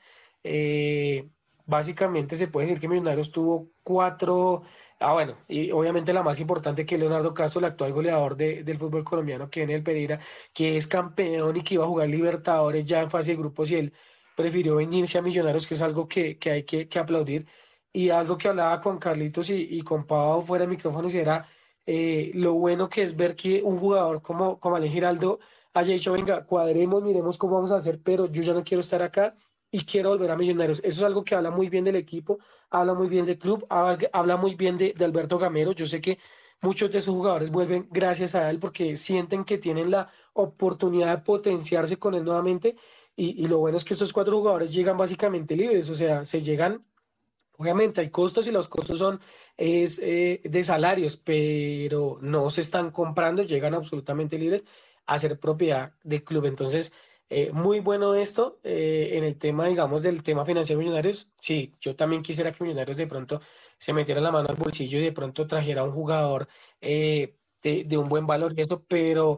Eh, Básicamente se puede decir que Millonarios tuvo cuatro, ah bueno, y obviamente la más importante que Leonardo Castro, el actual goleador de- del fútbol colombiano, que viene del Pereira, que es campeón y que iba a jugar Libertadores ya en fase de grupos y él prefirió venirse a Millonarios, que es algo que, que hay que, que aplaudir. Y algo que hablaba con Carlitos y, y con Pau fuera de micrófonos y era eh, lo bueno que es ver que un jugador como, como Ale Giraldo haya dicho, venga, cuadremos, miremos cómo vamos a hacer, pero yo ya no quiero estar acá y quiero volver a Millonarios. Eso es algo que habla muy bien del equipo, habla muy bien del club, habla, habla muy bien de, de Alberto Gamero. Yo sé que muchos de esos jugadores vuelven gracias a él porque sienten que tienen la oportunidad de potenciarse con él nuevamente. Y, y lo bueno es que estos cuatro jugadores llegan básicamente libres, o sea, se llegan. Obviamente hay costos y los costos son es, eh, de salarios, pero no se están comprando, llegan absolutamente libres a ser propiedad del club. Entonces, eh, muy bueno esto eh, en el tema, digamos, del tema financiero de Millonarios. Sí, yo también quisiera que Millonarios de pronto se metiera la mano al bolsillo y de pronto trajera un jugador eh, de, de un buen valor y eso, pero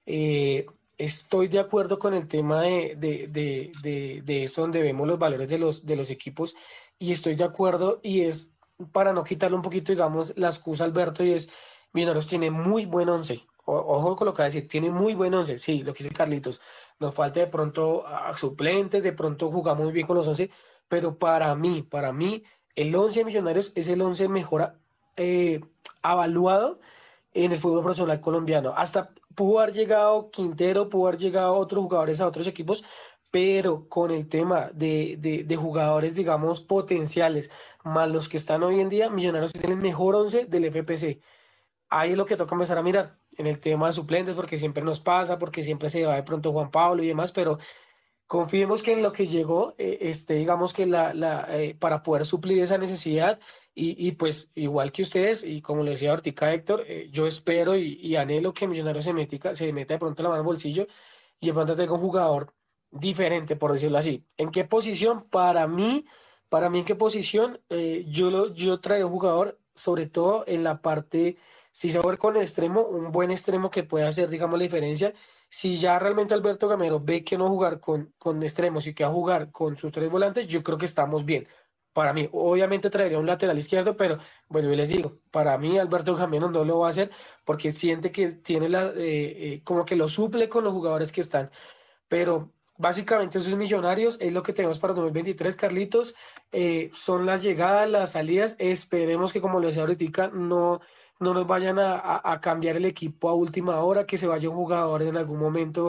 eh, estoy de acuerdo con el tema de, de, de, de, de eso donde vemos los valores de los, de los equipos y estoy de acuerdo y es para no quitarle un poquito, digamos, la excusa a Alberto y es, Millonarios tiene muy buen once. O- Ojo con lo que va a decir, tiene muy buen once, sí, lo que dice Carlitos. Nos falta de pronto a suplentes, de pronto jugamos muy bien con los once, pero para mí, para mí, el once de Millonarios es el once mejor eh, avaluado en el fútbol profesional colombiano. Hasta pudo haber llegado Quintero, pudo haber llegado otros jugadores a otros equipos, pero con el tema de, de, de jugadores, digamos, potenciales, más los que están hoy en día, Millonarios tiene el mejor once del F P C. Ahí es lo que toca empezar a mirar en el tema de suplentes, porque siempre nos pasa, porque siempre se va de pronto Juan Pablo y demás, pero confiemos que en lo que llegó, eh, este, digamos que la, la, eh, para poder suplir esa necesidad y, y pues igual que ustedes, y como le decía ahorita Héctor, eh, yo espero y, y anhelo que Millonarios se, metica, se meta de pronto la mano al bolsillo y de pronto tenga un jugador diferente, por decirlo así. ¿En qué posición? Para mí, para mí, ¿en qué posición? Eh, yo, lo, yo traeré un jugador, sobre todo en la parte, si se va a ver con el extremo, un buen extremo que pueda hacer, digamos, la diferencia. Si ya realmente Alberto Gamero ve que no jugar con, con extremos y que va a jugar con sus tres volantes, yo creo que estamos bien. Para mí, obviamente traería un lateral izquierdo, pero bueno, yo les digo, para mí Alberto Gamero no lo va a hacer porque siente que tiene la, eh, eh, como que lo suple con los jugadores que están. Pero básicamente esos millonarios es lo que tenemos para dos mil veintitrés, Carlitos. Eh, son las llegadas, las salidas. Esperemos que, como les decía ahorita, no, no nos vayan a, a- a cambiar el equipo a última hora, que se vaya un jugador en algún momento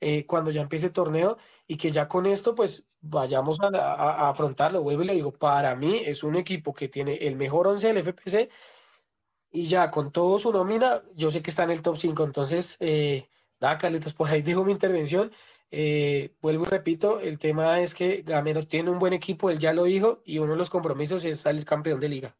eh, cuando ya empiece el torneo y que ya con esto pues vayamos a, a- a afrontarlo. Vuelvo y le digo, para mí es un equipo que tiene el mejor once del F P C y ya con todo su nómina, yo sé que está en el top cinco. Entonces, eh, nada, Carlitos, por ahí dejo mi intervención. Eh, vuelvo y repito, el tema es que Gamero tiene un buen equipo, él ya lo dijo, y uno de los compromisos es salir campeón de liga.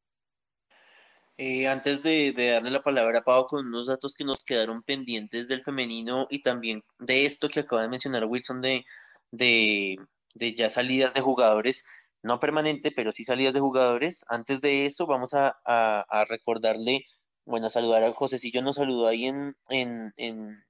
Eh, antes de, de darle la palabra a Pau con unos datos que nos quedaron pendientes del femenino y también de esto que acaba de mencionar Wilson de, de, de ya salidas de jugadores, no permanente, pero sí salidas de jugadores. Antes de eso, vamos a, a, a recordarle, bueno, a saludar a Josecillo, nos saludó ahí en, en, en,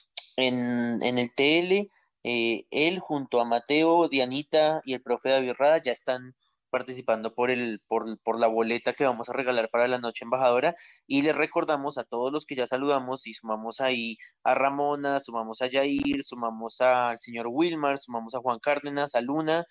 en, en el T L. Eh, él junto a Mateo, Dianita y el profe David Rada ya están participando por el, por, por la boleta que vamos a regalar para la noche embajadora. Y les recordamos a todos los que ya saludamos y sumamos ahí a Ramona, sumamos a Jair, sumamos al señor Wilmar, sumamos a Juan Cárdenas, a Luna.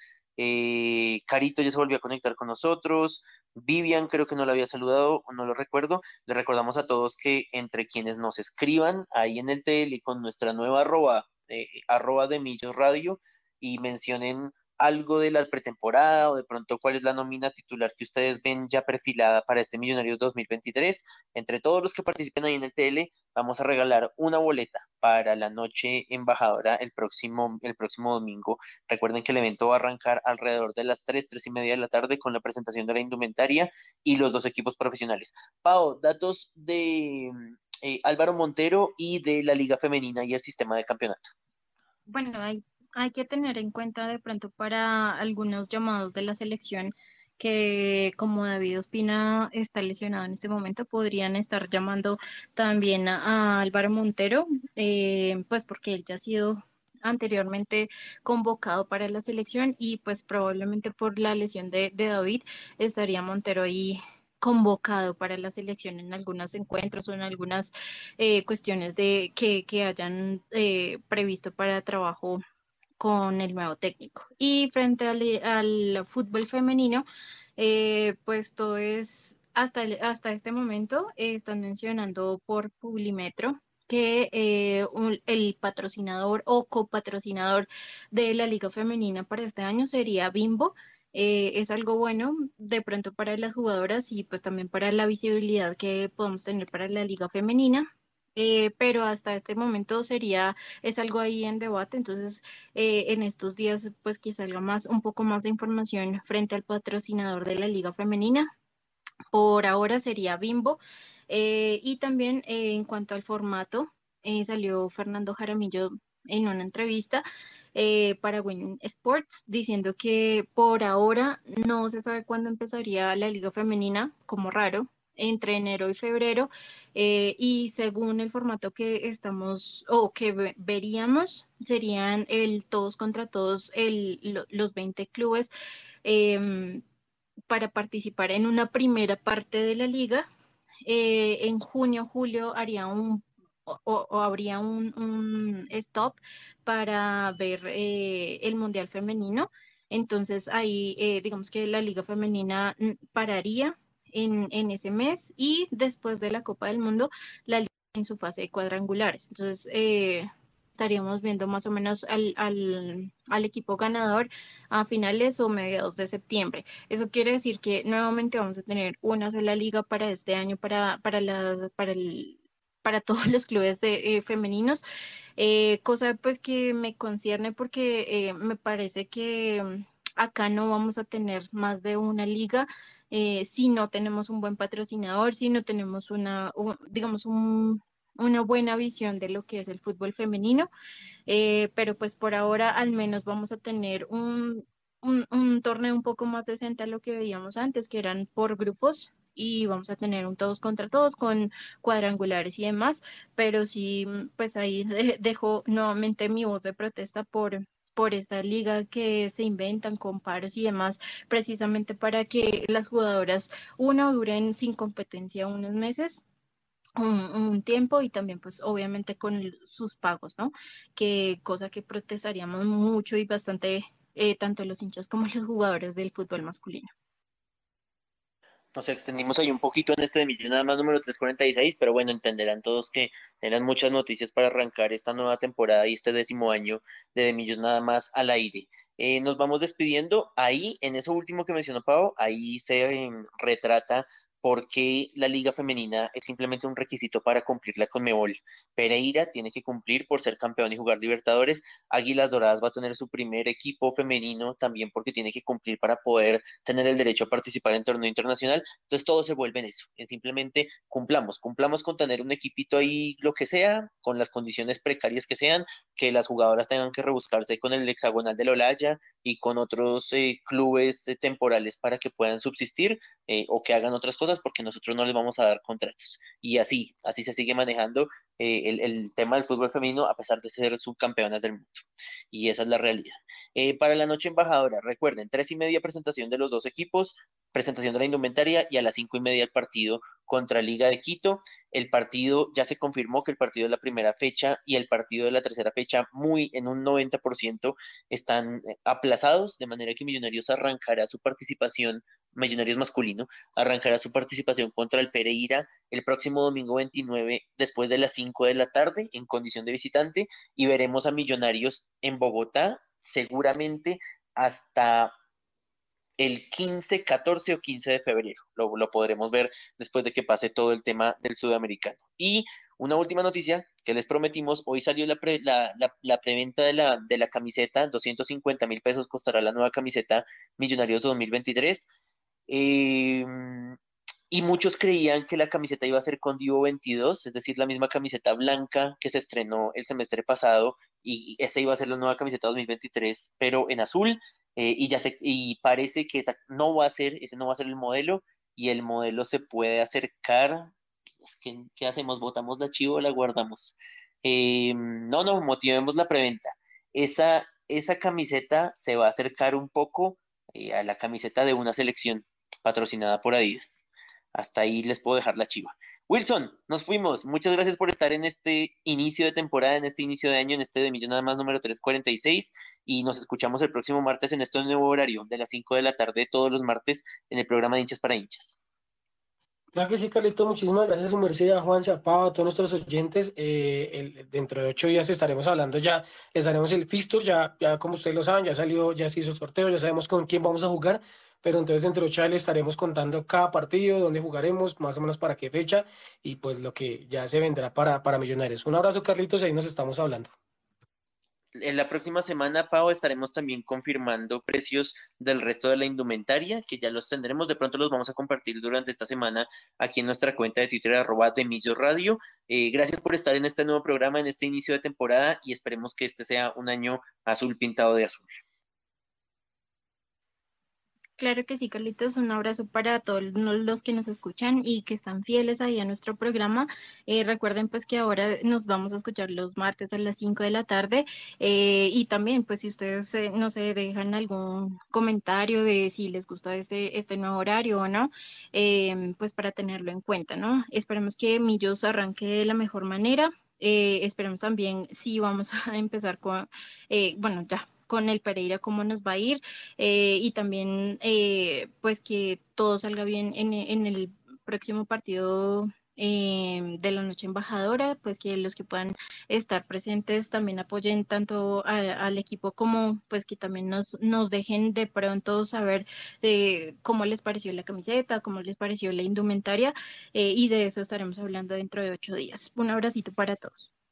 eh, Carito ya se volvió a conectar con nosotros. Vivian creo que no la había saludado, o no lo recuerdo. Le recordamos a todos que entre quienes nos escriban ahí en el T L con nuestra nueva arroba, eh, arroba de Millos Radio y mencionen algo de la pretemporada o de pronto cuál es la nómina titular que ustedes ven ya perfilada para este Millonarios dos mil veintitrés. Entre todos los que participen ahí en el T L, vamos a regalar una boleta para la noche embajadora el próximo, el próximo domingo. Recuerden que el evento va a arrancar alrededor de las tres, tres y media de la tarde con la presentación de la indumentaria y los dos equipos profesionales. Pau, datos de eh, Álvaro Montero y de la Liga Femenina y el sistema de campeonato. Bueno, hay, hay que tener en cuenta de pronto para algunos llamados de la selección que como David Ospina está lesionado en este momento, podrían estar llamando también a, a Álvaro Montero, eh, pues porque él ya ha sido anteriormente convocado para la selección y pues probablemente por la lesión de, de David estaría Montero ahí convocado para la selección en algunos encuentros o en algunas eh, cuestiones de que, que hayan eh, previsto para trabajo con el nuevo técnico. Y frente al, al fútbol femenino, eh, pues todo es, hasta, el- hasta este momento, eh, están mencionando por Publimetro que eh, un- el patrocinador o copatrocinador de la Liga Femenina para este año sería Bimbo. Eh, es algo bueno de pronto para las jugadoras y pues también para la visibilidad que podemos tener para la Liga Femenina. Eh, pero hasta este momento sería, es algo ahí en debate, entonces eh, en estos días pues que salga más, un poco más de información frente al patrocinador de la Liga Femenina. Por ahora sería Bimbo. Eh, y también eh, en cuanto al formato, eh, salió Fernando Jaramillo en una entrevista eh, para Win Sports diciendo que por ahora no se sabe cuándo empezaría la Liga Femenina, como raro, entre enero y febrero, eh, y según el formato que estamos o que ve- veríamos, serían el todos contra todos, el, lo- los veinte clubes. em, para participar en una primera parte de la liga. Eh, en junio, julio haría un o, o habría un, un stop para ver eh, el Mundial Femenino. Entonces ahí eh, digamos que la Liga Femenina mm, pararía en, en ese mes y después de la Copa del Mundo, la Liga en su fase de cuadrangulares. Entonces eh, estaríamos viendo más o menos al, al, al equipo ganador a finales o mediados de septiembre. Eso quiere decir que nuevamente vamos a tener una sola liga para este año, para, para, la, para, el, para todos los clubes de, eh, femeninos, eh, cosa pues que me concierne porque eh, me parece que mm, acá no vamos a tener más de una liga eh, si no tenemos un buen patrocinador, si no tenemos una, un- digamos, un, una buena visión de lo que es el fútbol femenino. Eh, pero pues por ahora al menos vamos a tener un, un, un torneo un poco más decente a lo que veíamos antes, que eran por grupos. Y vamos a tener un todos contra todos con cuadrangulares y demás, pero sí, mm, pues ahí de- dejo nuevamente mi voz de protesta por, por esta liga que se inventan con paros y demás, precisamente para que las jugadoras, uno, duren sin competencia unos meses un, un tiempo y también pues obviamente con el- sus pagos, ¿no? Que cosa que protestaríamos mucho y bastante eh, tanto los hinchas como los jugadores del fútbol masculino. Nos extendimos ahí un poquito en este de Millos nada más número trescientos cuarenta y seis, pero bueno, entenderán todos que eran muchas noticias para arrancar esta nueva temporada y este décimo año de De Millos nada más al aire. Eh, nos vamos despidiendo. Ahí, en eso último que mencionó Pau, ahí se eh, retrata por qué la Liga Femenina es simplemente un requisito para cumplir la Conmebol. Pereira tiene que cumplir por ser campeón y jugar Libertadores. Águilas Doradas va a tener su primer equipo femenino también porque tiene que cumplir para poder tener el derecho a participar en torneo internacional. Entonces todo se vuelve en eso, en simplemente cumplamos, cumplamos con tener un equipito ahí, lo que sea, con las condiciones precarias que sean, que las jugadoras tengan que rebuscarse con el hexagonal de la Olaya y con otros eh, clubes eh, temporales para que puedan subsistir eh, o que hagan otras cosas porque nosotros no les vamos a dar contratos. Y así, así se sigue manejando eh, el, el tema del fútbol femenino a pesar de ser subcampeonas del mundo. Y esa es la realidad. Eh, para la noche embajadora, recuerden, tres y media presentación de los dos equipos, presentación de la indumentaria y a las cinco y media el partido contra Liga de Quito. El partido ya se confirmó que el partido de la primera fecha y el partido de la tercera fecha, muy en un noventa por ciento, están eh, aplazados, de manera que Millonarios arrancará su participación, Millonarios masculino, arrancará su participación contra el Pereira el próximo domingo veintinueve después de las cinco de la tarde en condición de visitante y veremos a Millonarios en Bogotá seguramente hasta el quince, catorce o quince de febrero. Lo, lo podremos ver después de que pase todo el tema del sudamericano. Y una última noticia que les prometimos, hoy salió la, pre, la, la, la preventa de la, de la camiseta, doscientos cincuenta mil pesos costará la nueva camiseta Millonarios dos mil veintitrés. Eh, y muchos creían que la camiseta iba a ser con Divo veintidós, es decir, la misma camiseta blanca que se estrenó el semestre pasado, y esa iba a ser la nueva camiseta dos mil veintitrés, pero en azul, eh, y ya se, y parece que esa no va a ser, ese no va a ser el modelo, y el modelo se puede acercar. Es que, ¿qué hacemos? ¿Botamos la chivo o la guardamos? Eh, no, no, motivemos la preventa. Esa, esa camiseta se va a acercar un poco eh, a la camiseta de una selección patrocinada por Adidas. Hasta ahí les puedo dejar la chiva. Wilson, nos fuimos. Muchas gracias por estar en este inicio de temporada, en este inicio de año, en este de Millón nada más número trescientos cuarenta y seis. Y nos escuchamos el próximo martes en este nuevo horario de las cinco de la tarde, todos los martes, en el programa de Hinchas para Hinchas. Claro que sí, Carlito, muchísimas gracias a su merced, a Juan, a Pau, a todos nuestros oyentes. Eh, el- dentro de ocho días estaremos hablando ya, les haremos el fixture, ya, ya como ustedes lo saben, ya salió, ya se hizo el sorteo, ya sabemos con quién vamos a jugar, pero entonces dentro de ocho días les estaremos contando cada partido, dónde jugaremos, más o menos para qué fecha, y pues lo que ya se vendrá para, para Millonarios. Un abrazo, Carlitos, y ahí nos estamos hablando. En la próxima semana, Pau, estaremos también confirmando precios del resto de la indumentaria, que ya los tendremos. De pronto los vamos a compartir durante esta semana aquí en nuestra cuenta de Twitter, arroba de Millos Radio. Eh, gracias por estar en este nuevo programa, en este inicio de temporada, y esperemos que este sea un año azul pintado de azul. Claro que sí, Carlitos, un abrazo para todos los que nos escuchan y que están fieles ahí a nuestro programa. Eh, recuerden pues que ahora nos vamos a escuchar los martes a las cinco de la tarde eh, y también pues si ustedes eh, no se dejan algún comentario de si les gusta este, este nuevo horario o no, eh, pues para tenerlo en cuenta, ¿no? Esperemos que Millos arranque de la mejor manera. Eh, esperemos también si vamos a empezar con, eh, bueno, ya con el Pereira, cómo nos va a ir eh, y también eh, pues que todo salga bien en, en el próximo partido eh, de la noche embajadora, pues que los que puedan estar presentes también apoyen tanto a- al equipo como pues que también nos, nos dejen de pronto saber de cómo les pareció la camiseta, cómo les pareció la indumentaria eh, y de eso estaremos hablando dentro de ocho días. Un abracito para todos.